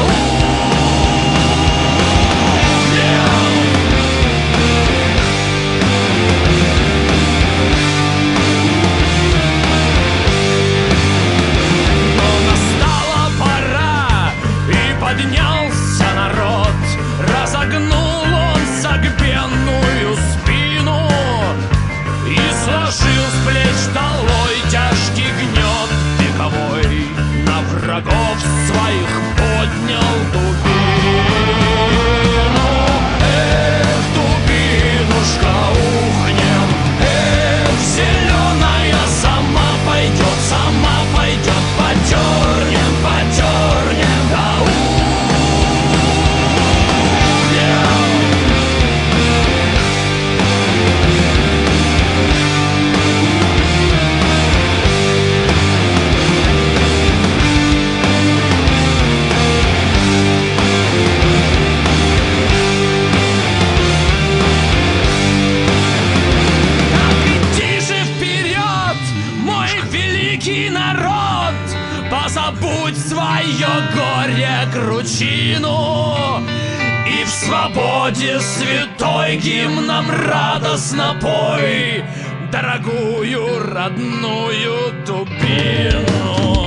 поднялся народ, разогнул он согбенную спину и сложил с плеч долой тяжкий гнет вековой, на врагов своих поднял дубину. Эх, дубинушка, ухнем, эх, зеленая сама пойдет, подернем, подернем, да народ, позабудь свое горе, кручину, и в свободе святой гимном радостно пой дорогую родную дубину.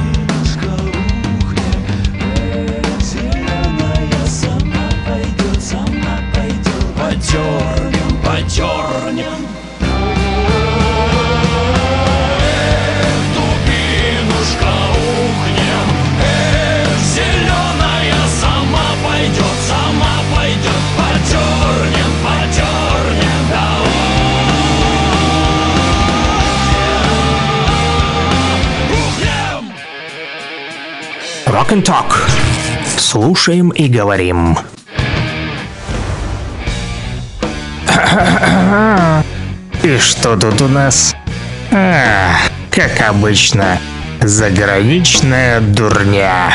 Зеленая сама пойдет, подернем, подернем. Подернем, подернем, да ухнем. Rock and Talk. Слушаем и говорим. И что тут у нас? Как обычно, заграничная дурня.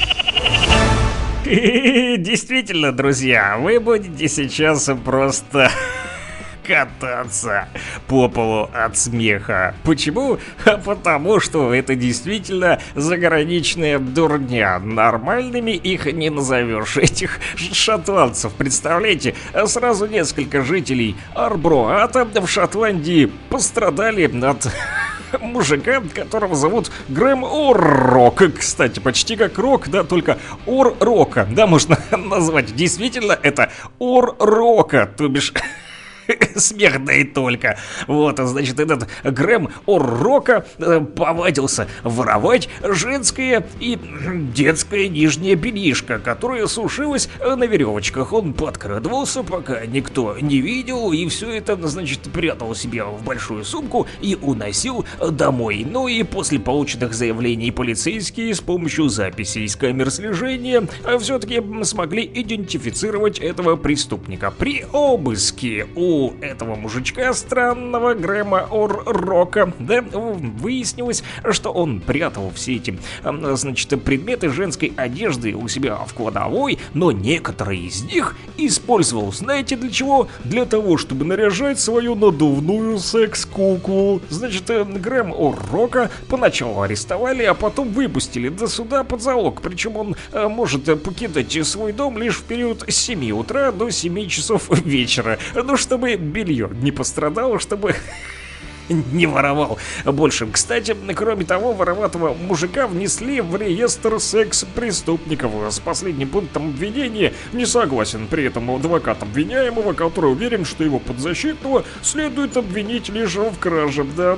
Действительно, друзья, вы будете сейчас просто кататься по полу от смеха. Почему? Потому что это действительно заграничная дурня. Нормальными их не назовешь, этих шотландцев. Представляете, сразу несколько жителей Арброата в Шотландии пострадали от мужика, которого зовут Грэм Оррок. Кстати, почти как рок, да, только Ор-рока, да, можно назвать. Действительно, это Ор-рока, то бишь Смех, да и только. Вот, значит, этот Грэм Оррока повадился воровать женское и детское нижнее бельишко, которое сушилось на веревочках. Он подкрадывался, пока никто не видел, и все это, значит, прятал себе в большую сумку и уносил домой. Ну и после полученных заявлений полицейские с помощью записей из камер слежения все-таки смогли идентифицировать этого преступника. При обыске у этого мужичка странного Грэма Оррока, да, выяснилось, что он прятал все эти, значит, предметы женской одежды у себя в кладовой, но некоторые из них использовал, знаете, для чего? Для того, чтобы наряжать свою надувную секс-куклу. Значит, Грэм Оррока поначалу арестовали, а потом выпустили до суда под залог. Причем он может покидать свой дом лишь в период с 7 утра до 7 часов вечера. Ну, чтобы белье не пострадало, чтобы не воровал больше. Кстати, кроме того, вороватого мужика внесли в реестр секс-преступников. С последним пунктом обвинения не согласен при этом адвокат обвиняемого, который уверен, что его подзащитного следует обвинить лишь в краже. Да.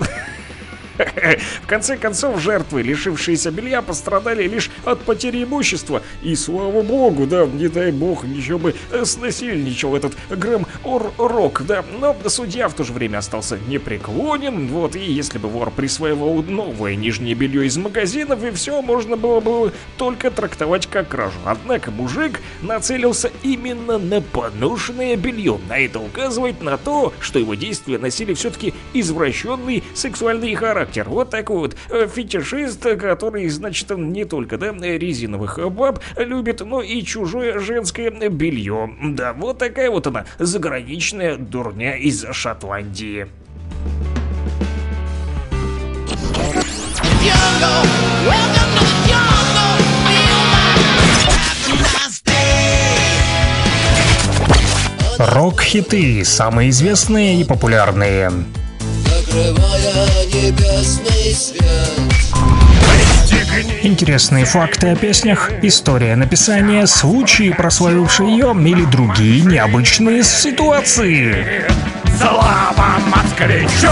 В конце концов, жертвы, лишившиеся белья, пострадали лишь от потери имущества. И слава богу, да, не дай бог, еще бы снасильничал этот Грэм Оррок, да. Но судья в то же время остался непреклонен, вот, и если бы вор присваивал новое нижнее белье из магазинов, и все можно было бы только трактовать как кражу. Однако мужик нацелился именно на поношенное белье. А это указывает на то, что его действия носили все-таки извращенный сексуальный характер. Вот такой вот фетишист, который, значит, не только, да, резиновых баб любит, но и чужое женское белье. Да, вот такая вот она, заграничная дурня из Шотландии. Рок-хиты, самые известные и популярные. Закрывая небесный свет. Интересные факты о песнях, история написания, случаи, прославившие ее, или другие необычные ситуации. Слава москвичу!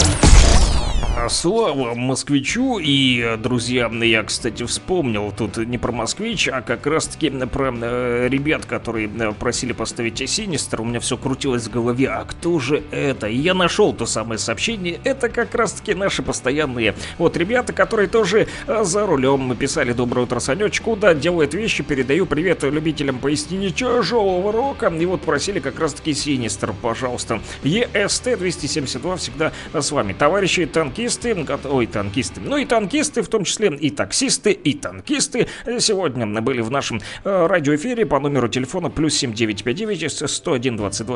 Слава москвичу. И, друзья, я, кстати, вспомнил тут не про москвич, а как раз-таки про ребят, которые просили поставить Синистер. У меня все крутилось в голове, а кто же это? И я нашел то самое сообщение. Это как раз-таки наши постоянные вот ребята, которые тоже за рулем писали: доброе утро, Санечек, да, делает вещи, передаю привет любителям поистине тяжелого рока. И вот просили как раз-таки Синистер, пожалуйста. ЕСТ 272 всегда с вами, товарищи танкисты. Танкисты. Ну и танкисты, в том числе и таксисты, и танкисты, сегодня были в нашем радиоэфире по номеру телефона +7 959 101 22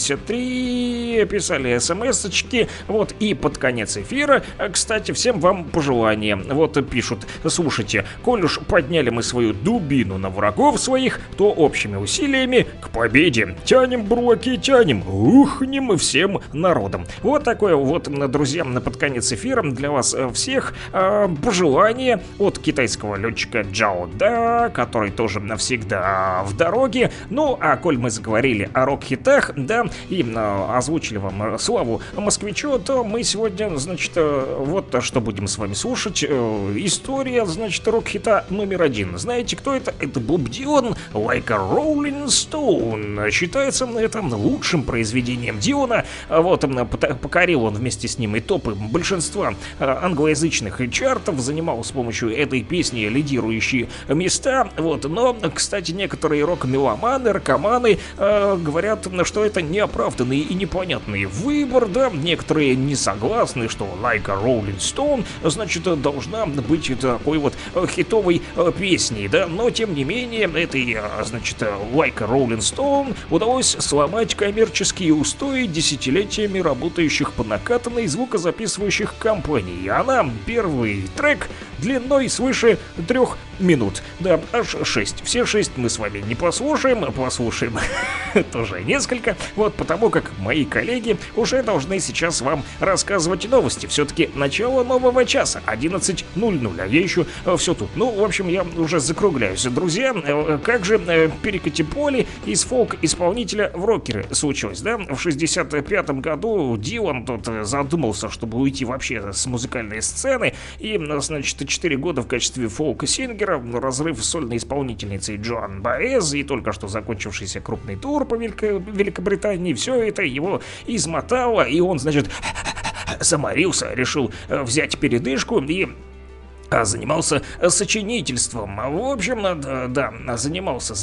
63. Писали смс-очки. Вот, и под конец эфира, кстати, всем вам пожелания. Вот пишут: слушайте, коль уж подняли мы свою дубину на врагов своих, то общими усилиями к победе. Тянем, бурлаки, тянем, ухнем всем народом. Вот такое вот, друзья, под конец эфира для вас всех пожелание от китайского летчика Джао Да, который тоже навсегда в дороге. Ну, а коль мы заговорили о рок-хитах, да, и озвучили вам славу москвичу, то мы сегодня, значит, вот что будем с вами слушать. История, значит, рок-хита номер 1. Знаете, кто это? Это Боб Дилан, Like a Rolling Stone. Считается это лучшим произведением Дилана. Вот, покорил он вместе с ним и топы большинства англоязычных чартов, занимал с помощью этой песни лидирующие места. Вот, но, кстати, некоторые рок-меломаны, рокоманы говорят, что это неоправданный и непонятный выбор, да. Некоторые не согласны, что Like a Rolling Stone, значит, должна быть такой вот хитовой песней, да. Но, тем не менее, этой, значит, Like a Rolling Stone удалось сломать коммерческие устои десятилетиями работающих по накатанной звукозаписывающих компаний. Она первый трек длиной свыше 3 минут. Да, аж 6. Все 6 мы с вами не послушаем, послушаем тоже несколько. Вот потому как мои коллеги уже должны сейчас вам рассказывать новости. Все-таки начало нового часа, 11:00, а я еще все тут. Ну, в общем, я уже закругляюсь. Друзья, как же перекати поле из фолк-исполнителя в рокеры случилось, да? В 65-м году Дилан тут задумался, чтобы уйти вообще с музыкальной сцены, и, значит, 4 года в качестве фолк-сингера, разрыв с сольной исполнительницей Джоан Баэз и только что закончившийся крупный тур по Великобритании, все это его измотало, и он, значит, заморился, решил взять передышку и занимался сочинительством. В общем, да, занимался,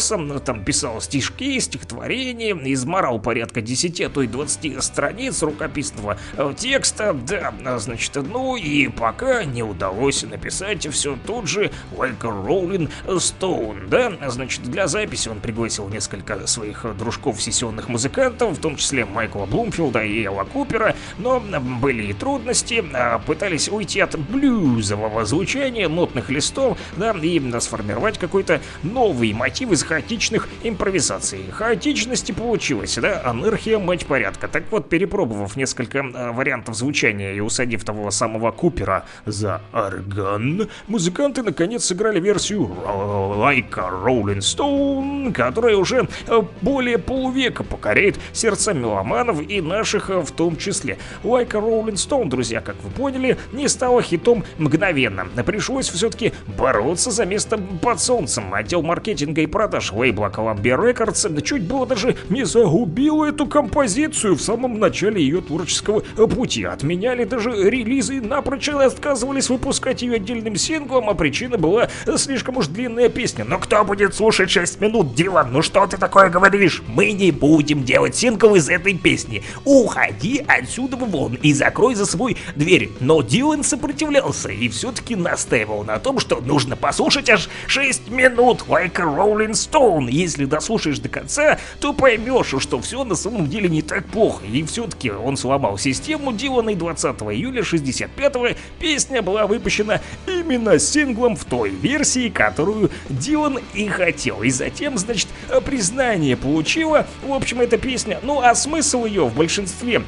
там писал стишки, стихотворения, изморал порядка 10, а то и 20 страниц рукописного текста, да, значит, ну и пока не удалось написать все тут же Like a Rolling Stone, да, значит, для записи он пригласил несколько своих дружков-сессионных музыкантов, в том числе Майкла Блумфилда и Элла Купера, но были и трудности, пытались уйти от блюзового звучания нотных листов, да, и сформировать какой-то новый мотив из хаотичных импровизаций. Хаотичности получилось, да, анархия, мать порядка. Так вот, перепробовав несколько вариантов звучания и усадив того самого Купера за орган, музыканты наконец сыграли версию Like a Rolling Stone, которая уже более полувека покоряет сердца меломанов и наших в том числе. Like a Rolling Stone, друзья, как вы поняли, не стала хитом мгновенно. Пришлось все-таки бороться за место под солнцем. Отдел маркетинга и продаж лейбла Columbia Records чуть было даже не загубил эту композицию в самом начале ее творческого пути. Отменяли даже релизы, напрочь отказывались выпускать ее отдельным синглом, а причина была слишком уж длинная песня. Но кто будет слушать 6 минут, Дилан? Ну что ты такое говоришь? Мы не будем делать сингл из этой песни. Уходи отсюда вон и закрой за собой дверь. Но Дилан сопротивлялся и все-таки настаивал на том, что нужно послушать аж 6 минут Like a Rolling Stone. Если дослушаешь до конца, то поймешь, что все на самом деле не так плохо. И все-таки он сломал систему Дилана, и 20 июля 65-го песня была выпущена именно синглом в той версии, которую Дилан и хотел. И затем, значит, признание получила, в общем, эта песня. Ну а смысл ее в большинстве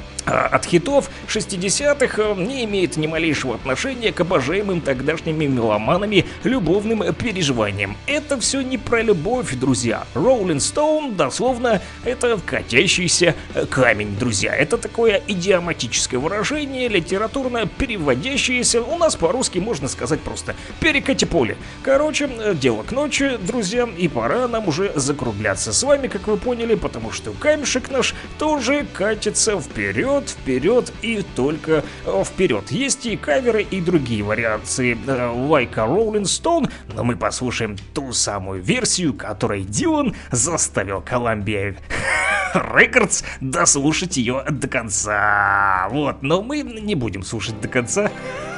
от хитов 60-х не имеет ни малейшего отношения к обожаемым тогдашними меломанами любовным переживаниям. Это все не про любовь, друзья. Rolling Stone, дословно, это катящийся камень, друзья. Это такое идиоматическое выражение, литературно переводящееся, у нас по-русски можно сказать просто перекати поле. Короче, дело к ночи, друзья, и пора нам уже закругляться с вами, как вы поняли, потому что камешек наш тоже катится вперед и только вперед. Есть и каверы, и другие вариации Like a Rolling Stone, но мы послушаем ту самую версию, которой Дилан заставил Columbia Records дослушать ее до конца. Вот, но мы не будем слушать до конца.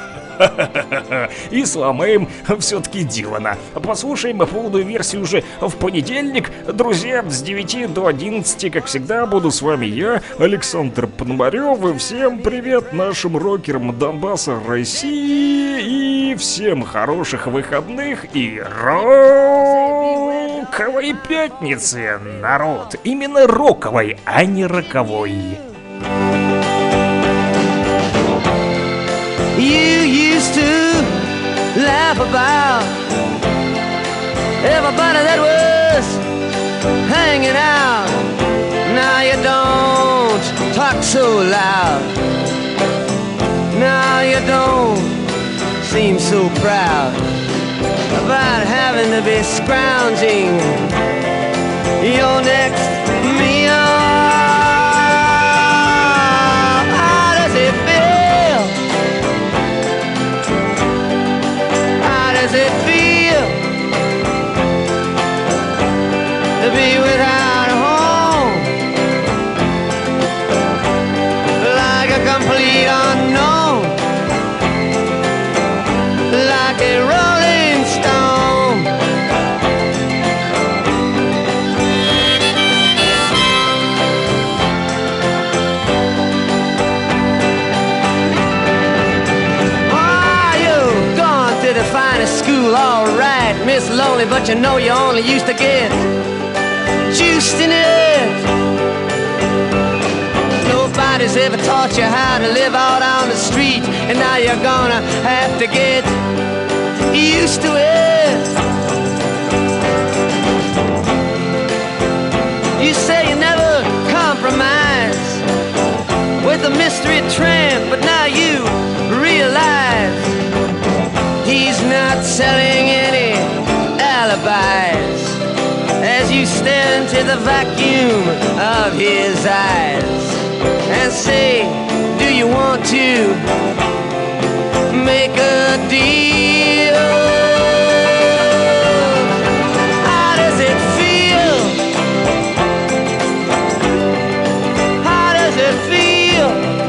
И сломаем все-таки Дилана. Послушаем полную версию уже в понедельник. Друзья, с 9 до 11, как всегда, буду с вами я, Александр Пономарев. И всем привет нашим рокерам Донбасса, России. И всем хороших выходных и роковой пятницы, народ. Именно роковой, а не роковой. You used to laugh about everybody that was hanging out. Now you don't talk so loud. Now you don't seem so proud about having to be scrounging your next meal. How does it feel? How does it feel to be without a home, like a complete unknown, like a rolling stone? Miss Lonely, but you know you only used to get juiced in it. Nobody's ever taught you how to live out on the street, and now you're gonna have to get used to it. You say you never compromise with a mystery tramp, but now you realize he's not selling any alibis as you stare into the vacuum of his eyes and say, do you want to make a deal? How does it feel? How does it feel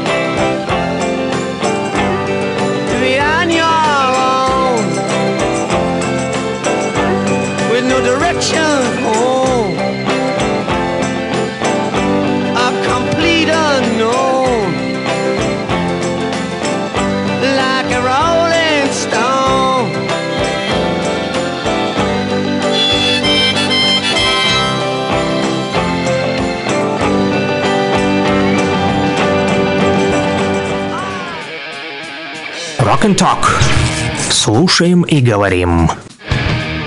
to be on your own with no direction home? A complete unknown, like a rolling stone. Rock and Talk. Слушаем и говорим.